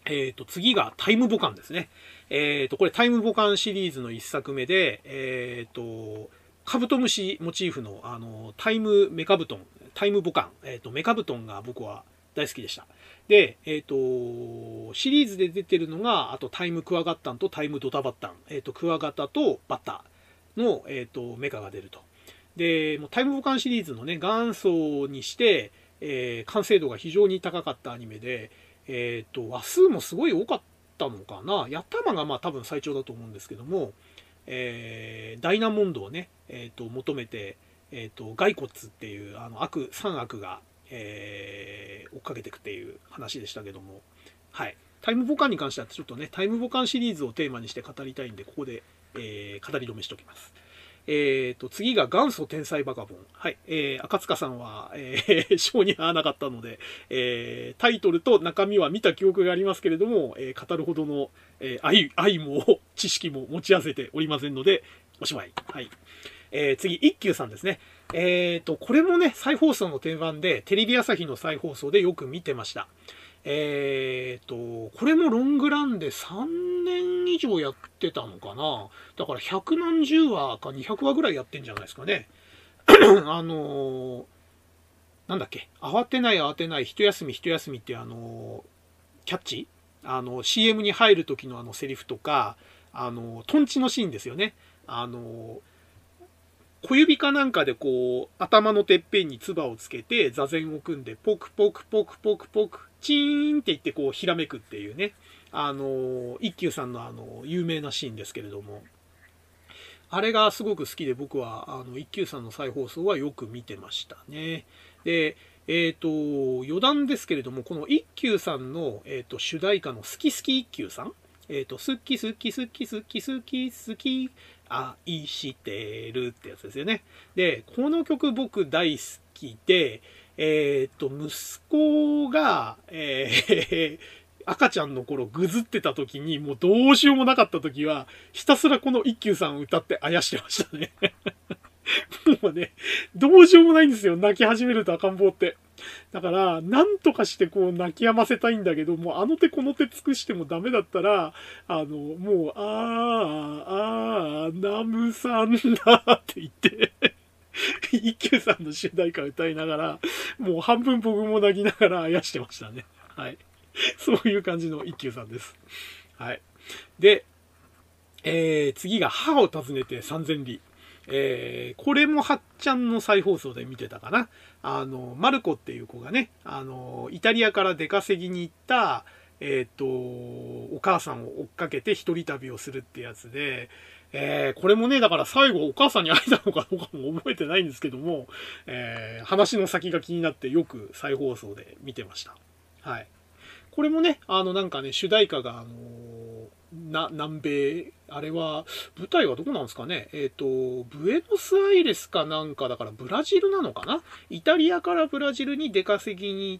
Speaker 1: えっと、次がタイムボカンですね。えっと、これタイムボカンシリーズの一作目で、えっと、カブトムシモチーフの、あの、タイムメカブトン、タイムボカン、えっと、メカブトンが僕は大好きでした。で、えっと、シリーズで出てるのが、あとタイムクワガッタンとタイムドタバッタン、えっと、クワガタとバッタの、えっと、メカが出ると。で、もうタイムボカンシリーズのね、元祖にして、えー、完成度が非常に高かったアニメで、えっと、話数もすごい多かったのかな。ヤッターマンがまあ多分最長だと思うんですけども、えー、ダイナモンドをね、えっと、求めて、えっと、骸骨っていう、あの、悪、三悪が、えー、追っかけていくっていう話でしたけども、はい。タイムボカンに関してはちょっとね、タイムボカンシリーズをテーマにして語りたいんで、ここで、えー、語り止めしておきます。えーと、次が元祖天才バカボン。はい。えー、赤塚さんは、えー、性に合わなかったので、えー、タイトルと中身は見た記憶がありますけれども、えー、語るほどの、えー、愛、愛も知識も持ち合わせておりませんので、おしまい。はい。えー、次、一休さんですね。えーと、これもね、再放送の定番で、テレビ朝日の再放送でよく見てました。えーと、これもロングランでさんねん以上やってたのかな。だから百何十話かにひゃくわぐらいやってんじゃないですかね。あのー、なんだっけ、慌てない慌てない、一休み一休みってあのー、キャッチあの、シーエム に入る時のあのセリフとか、あの、トンチのシーンですよね。あの、小指かなんかでこう、頭のてっぺんに唾をつけて、座禅を組んで、ポクポクポクポクポク、チーンって言ってこう、ひらめくっていうね。あの、一休さんのあの、有名なシーンですけれども。あれがすごく好きで、僕は、あの、一休さんの再放送はよく見てましたね。で、えっと、余談ですけれども、この一休さんの、えっと、主題歌の好き好き一休さん。えっと、好き好き好き好き好き好き、愛してるってやつですよね。で、この曲僕大好きで、えっと、息子が、えー、赤ちゃんの頃ぐずってた時に、もうどうしようもなかった時は、ひたすらこの一休さんを歌ってあやしてましたね。もうね、どうしようもないんですよ。泣き始めると赤ん坊って。だから、なんとかしてこう泣き止ませたいんだけど、もうあの手この手尽くしてもダメだったら、あの、もう、あー、あー、ナムさんだって言って、一休さんの主題歌歌いながら、もう半分僕も泣きながらあやしてましたね。はい。そういう感じの一休さんです。はい。で、えー、次が母を訪ねて三千里。えー、これもはっちゃんの再放送で見てたかな。あの、マルコっていう子がね、あの、イタリアから出稼ぎに行った、えっと、お母さんを追っかけて一人旅をするってやつで、えー、これもね、だから最後お母さんに会えたのかどうかも覚えてないんですけども、えー、話の先が気になってよく再放送で見てました。はい。これもね、あの、なんかね、主題歌が、あのな、南米、あれは、舞台はどこなんですかね。えっと、ブエノスアイレスかなんか、だからブラジルなのかな。イタリアからブラジルに出稼ぎに行った、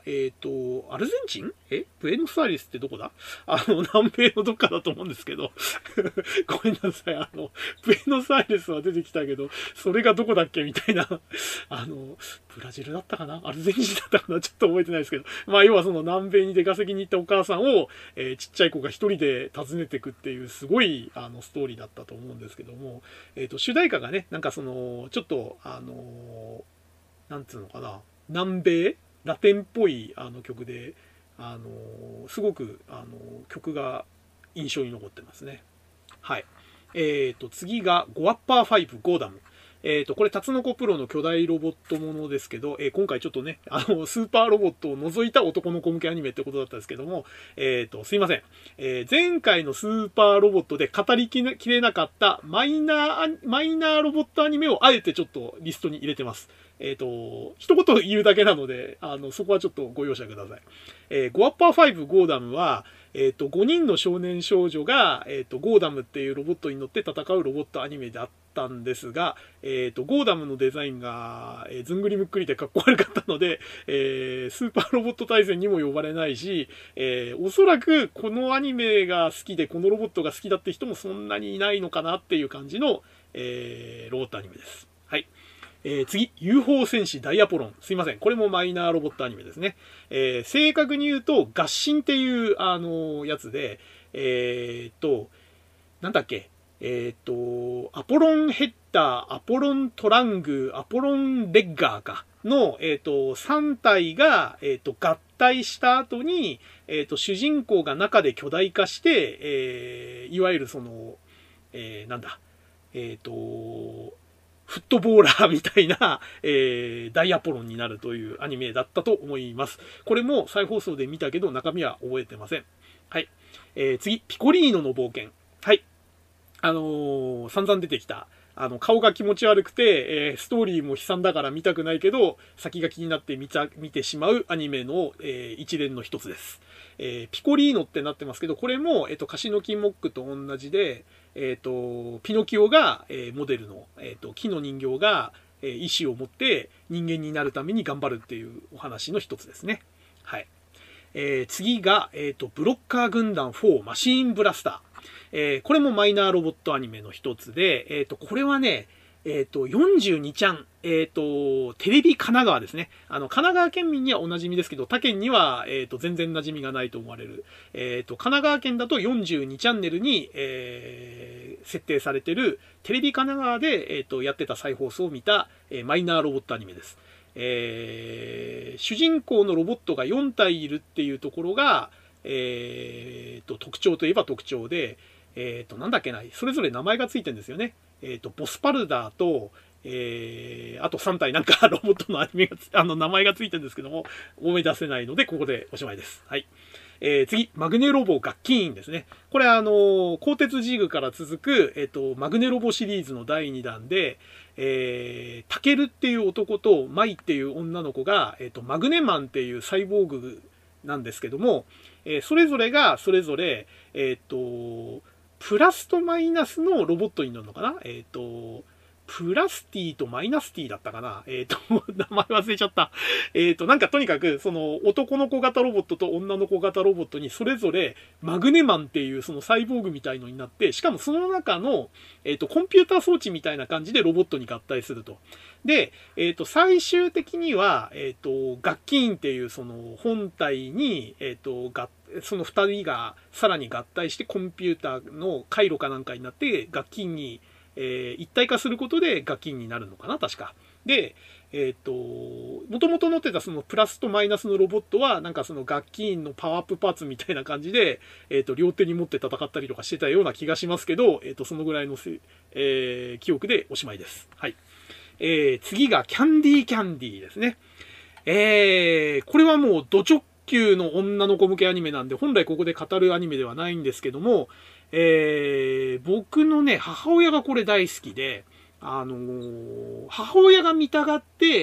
Speaker 1: えっと、アルゼンチンえブエノスアイレスってどこだあの、南米のどっかだと思うんですけど。ごめんなさい。あの、ブエノスアイレスは出てきたけど、それがどこだっけみたいな。あの、ブラジルだったかなアルゼンチンだったかなちょっと覚えてないですけど。まあ、要はその南米に出稼ぎに行ったお母さんを、えー、ちっちゃい子が一人で訪ねていくっていう、すごい、あの、ストーリーだったと思うんですけども、えっと、主題歌がね、なんかその、ちょっと、あの、なんつうのかな、南米ラテンっぽいあの曲で、あの、すごく、あの、曲が印象に残ってますね。はい。えっと、次が、ゴアッパーファイブゴーダム。えっと、これ、タツノコプロの巨大ロボットものですけど、えー、今回ちょっとね、あの、スーパーロボットを除いた男の子向けアニメってことだったんですけども、えっと、すいません。えー、前回のスーパーロボットで語りきれなかったマイナー、マイナーロボットアニメをあえてちょっとリストに入れてます。えっと、一言言うだけなので、あの、そこはちょっとご容赦ください。えー、ゴアッパーファイブゴーダムは、えっと、ごにんの少年少女が、えっと、ゴーダムっていうロボットに乗って戦うロボットアニメだったんですが、えっと、ゴーダムのデザインが、えー、ずんぐりむっくりでかっこ悪かったので、えー、スーパーロボット対戦にも呼ばれないし、えー、おそらくこのアニメが好きで、このロボットが好きだって人もそんなにいないのかなっていう感じの、えー、ロボットアニメです。はい。 えー、次、ユーフォー 戦士ダイアポロン。すいません。これもマイナーロボットアニメですね。えー、正確に言うと、合心っていう、あのー、やつで、えー、っと、なんだっけ、えー、っと、アポロンヘッダー、アポロントラング、アポロンレッガーか。の、えっと、さん体が、えっと、合体した後に、えっと、主人公が中で巨大化して、えー、いわゆるその、えー、なんだ、えっと、フットボーラーみたいな、えー、ダイアポロンになるというアニメだったと思います。これも再放送で見たけど中身は覚えてません。はい。えー、次、ピコリーノの冒険。はい。あのー、散々出てきた。あの、顔が気持ち悪くて、えー、ストーリーも悲惨だから見たくないけど、先が気になって見た見てしまうアニメの、えー、一連の一つです。えー、ピコリーノってなってますけど、これも、えっ、ー、と、カシノキモックと同じで、えっ、ー、と、ピノキオが、えー、モデルの、えっ、ー、と、木の人形が、えー、意志を持って人間になるために頑張るっていうお話の一つですね。はい。えー、次が、えっ、と、ブロッカー軍団フォーマシーンブラスター。えー、これもマイナーロボットアニメの一つで、えっ、と、これはね、えっ、と、よんじゅうにちゃん、えっ、と、テレビ神奈川ですね。あの、神奈川県民にはおなじみですけど、他県には、えっ、と、全然馴染みがないと思われる。えっ、と、神奈川県だとよんじゅうにチャンネルに、えー、設定されてる、テレビ神奈川で、えっ、と、やってた再放送を見た、えー、マイナーロボットアニメです。えー、主人公のロボットがよん体いるっていうところが、えー、と、特徴といえば特徴で、えー、と、なんだっけな、それぞれ名前がついてるんですよね。えー、と、ボスパルダーと、えー、あとさん体なんかロボットのアニメがあの、名前がついてるんですけども、思い出せないので、ここでおしまいです。はい。えー、次、マグネロボ楽器員ですね。これはあのー、鋼鉄ジーグから続く、えっ、と、マグネロボシリーズのだいにだんで、えー、タケルっていう男とマイっていう女の子が、えっ、と、マグネマンっていうサイボーグなんですけども、えー、それぞれがそれぞれ、えっ、と、プラスとマイナスのロボットになるのかな。えっ、と、プラスティとマイナスティだったかな。えっ、と、名前忘れちゃった。えっ、と、なんかとにかく、その男の子型ロボットと女の子型ロボットにそれぞれマグネマンっていうそのサイボーグみたいのになって、しかもその中の、えっ、と、コンピューター装置みたいな感じでロボットに合体すると。で、えっ、と、最終的には、えっ、と、楽器員っていうその本体に、えっ、と、合その二人がさらに合体してコンピューターの回路かなんかになって楽器に、えー、一体化することで楽器になるのかな確か。で、えっ、と、もともと乗ってたそのプラスとマイナスのロボットはなんかその楽器のパワーアップパーツみたいな感じで、えっ、と、両手に持って戦ったりとかしてたような気がしますけど、えっ、と、そのぐらいの、えー、記憶でおしまいです。はい。えー、次がキャンディーキャンディーですね。えー、これはもうド直球の女の子向けアニメなんで、本来ここで語るアニメではないんですけども、えー、僕のね、母親がこれ大好きで、あのー、母親が見たがって、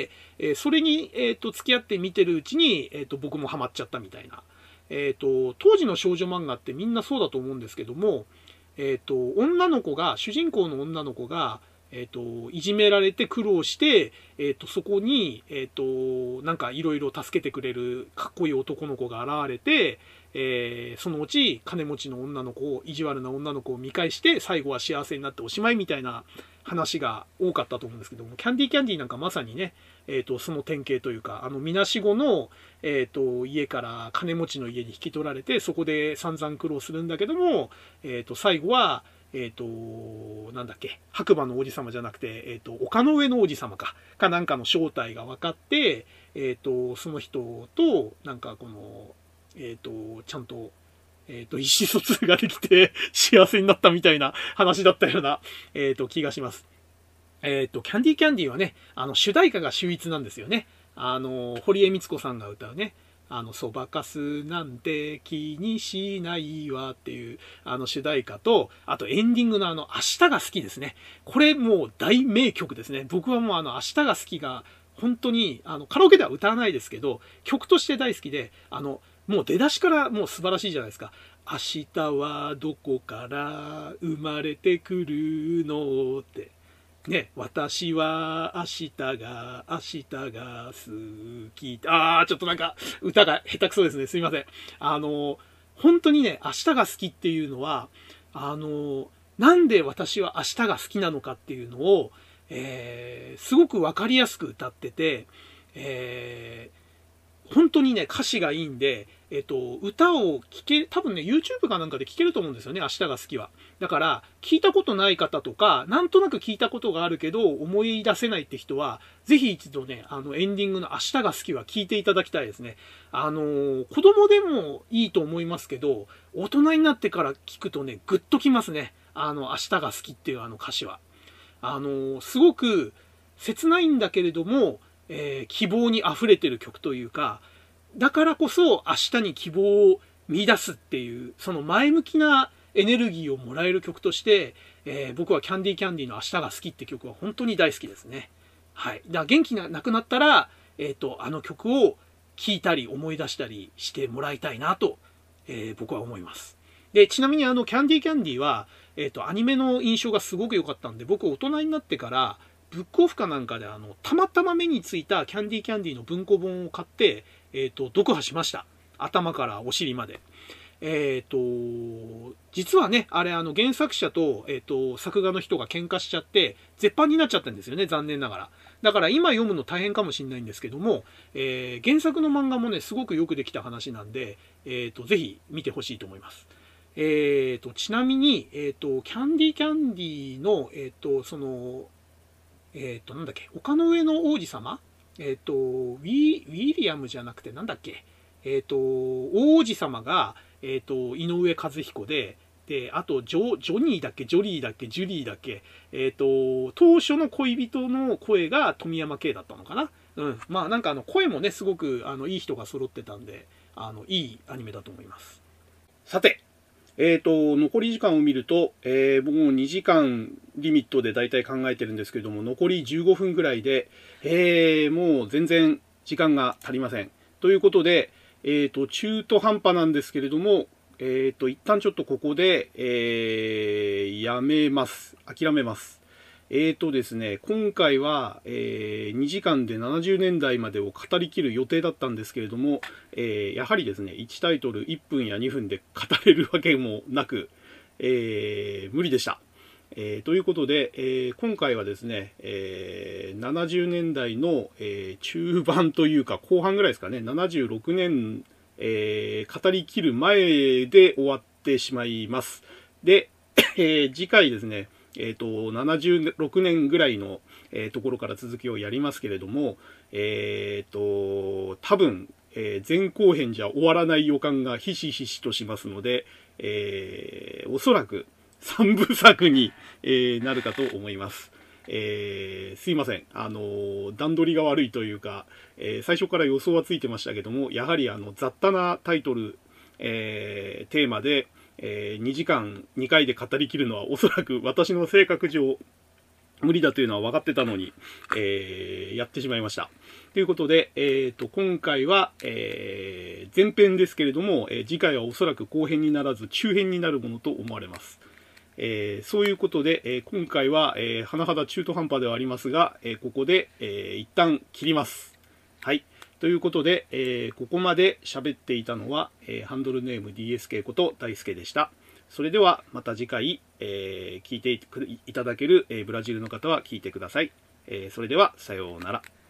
Speaker 1: えー、それに、えっと、付き合って見てるうちに、えっと、僕もハマっちゃったみたいな。えっと、当時の少女漫画ってみんなそうだと思うんですけども、えっと、女の子が、主人公の女の子が、えっと、いじめられて苦労して、えっと、そこに、えっと、なんかいろいろ助けてくれるかっこいい男の子が現れて、えー、そのうち金持ちの女の子を、意地悪な女の子を見返して、最後は幸せになっておしまいみたいな話が多かったと思うんですけども、キャンディーキャンディーなんかまさにね、えっと、その典型というか、あの、みなしごの、えっと、家から金持ちの家に引き取られて、そこで散々苦労するんだけども、えっと、最後は、えっと、なんだっけ、白馬の王子様じゃなくて、えっと、丘の上の王子様か、かなんかの正体が分かって、えっと、その人と、なんかこの、えっと、ちゃんと、えっと、意思疎通ができて幸せになったみたいな話だったような、えっと、気がします。えっと、キャンディーキャンディーはね、あの、主題歌が秀逸なんですよね。あの、堀江光子さんが歌うね、あの、そばかすなんて気にしないわっていう、あの主題歌と、あとエンディングのあの、明日が好きですね。これもう大名曲ですね。僕はもうあの、明日が好きが、本当に、あの、カラオケでは歌わないですけど、曲として大好きで、あの、もう出だしからもう素晴らしいじゃないですか。明日はどこから生まれてくるのって。ね、私は明日が、明日が好き。あー、ちょっとなんか歌が下手くそですね。すいません。あの、本当にね、明日が好きっていうのは、あの、なんで私は明日が好きなのかっていうのを、 えー、すごくわかりやすく歌ってて、えー本当にね、歌詞がいいんで、えっと、歌を聴け、多分ね、YouTube かなんかで聴けると思うんですよね、明日が好きは。だから、聞いたことない方とか、なんとなく聞いたことがあるけど、思い出せないって人は、ぜひ一度ね、あの、エンディングの明日が好きは聴いていただきたいですね。あのー、子供でもいいと思いますけど、大人になってから聞くとね、グッときますね。あの、明日が好きっていうあの歌詞は。あのー、すごく切ないんだけれども、えー、希望に溢れてる曲というか、だからこそ明日に希望を見出すっていう、その前向きなエネルギーをもらえる曲として、えー、僕はキャンディーキャンディーの明日が好きって曲は本当に大好きですね。はい。だから元気がなくなったら、えっと、あの曲を聴いたり思い出したりしてもらいたいなと、えー、僕は思います。で、ちなみにあの、キャンディーキャンディーは、えっと、アニメの印象がすごく良かったんで、僕大人になってから、ブックオフかなんかであの、たまたま目についたキャンディーキャンディーの文庫本を買って、えっと、読破しました。頭からお尻まで。えっと、実はね、あれあの原作者と、えっと、作画の人が喧嘩しちゃって、絶版になっちゃったんですよね、残念ながら。だから今読むの大変かもしれないんですけども、えー、原作の漫画もね、すごくよくできた話なんで、えっと、ぜひ見てほしいと思います。えっと、ちなみに、えっと、キャンディーキャンディーの、えっと、その、えっと、なんだっけ、丘の上の王子様えっと、ウィ、ウィリアムじゃなくて、なんだっけ、えっと、王子様が、えっと、井上和彦で、で、あと、ジョ、ジョニーだっけ、ジョリーだっけ、ジュリーだっけ、えっと、当初の恋人の声が富山圭だったのかな。うん。まあ、なんかあの、声もね、すごく、あの、いい人が揃ってたんで、あの、いいアニメだと思います。さて、えっと、残り時間を見ると、えー、僕もにじかんリミットで大体考えてるんですけれども、残りじゅうごふんぐらいで、えー、もう全然時間が足りません。ということで、えっと、中途半端なんですけれども、えっと、一旦ちょっとここで、えー、やめます。諦めます。えーとですね、今回は、えー、にじかんでななじゅうねんだいまでを語りきる予定だったんですけれども、えー、やはりですね、いちタイトルいっぷんやにふんで語れるわけもなく、えー、無理でした。えー、ということで、えー、今回はですね、えー、ななじゅうねんだいの、えー、中盤というか後半ぐらいですかね、ななじゅうろくねん、えー、語りきる前で終わってしまいます。で、えー、次回ですね、えっと、ななじゅうろくねんぐらいの、えー、ところから続きをやりますけれども、えっと、多分、えー、前後編じゃ終わらない予感がひしひしとしますので、えー、おそらくさんぶさくに、えー、なるかと思います。えー、すいません。あのー、段取りが悪いというか、えー、最初から予想はついてましたけども、やはりあの雑多なタイトル、えー、テーマで、えー、にじかんにかいで語りきるのはおそらく私の性格上無理だというのは分かってたのに、えー、やってしまいました。ということで、えー、と今回は、えー、前編ですけれども、えー、次回はおそらく後編にならず中編になるものと思われます。えー、そういうことで、えー、今回は、えー、甚だ中途半端ではありますが、えー、ここで、えー、一旦切ります。はい。ということで、えー、ここまで喋っていたのは、えー、ハンドルネーム ディーエスケー こと大輔でした。それではまた次回、えー、聞いていただける、えー、ブラジルの方は聞いてください。えー、それではさようなら。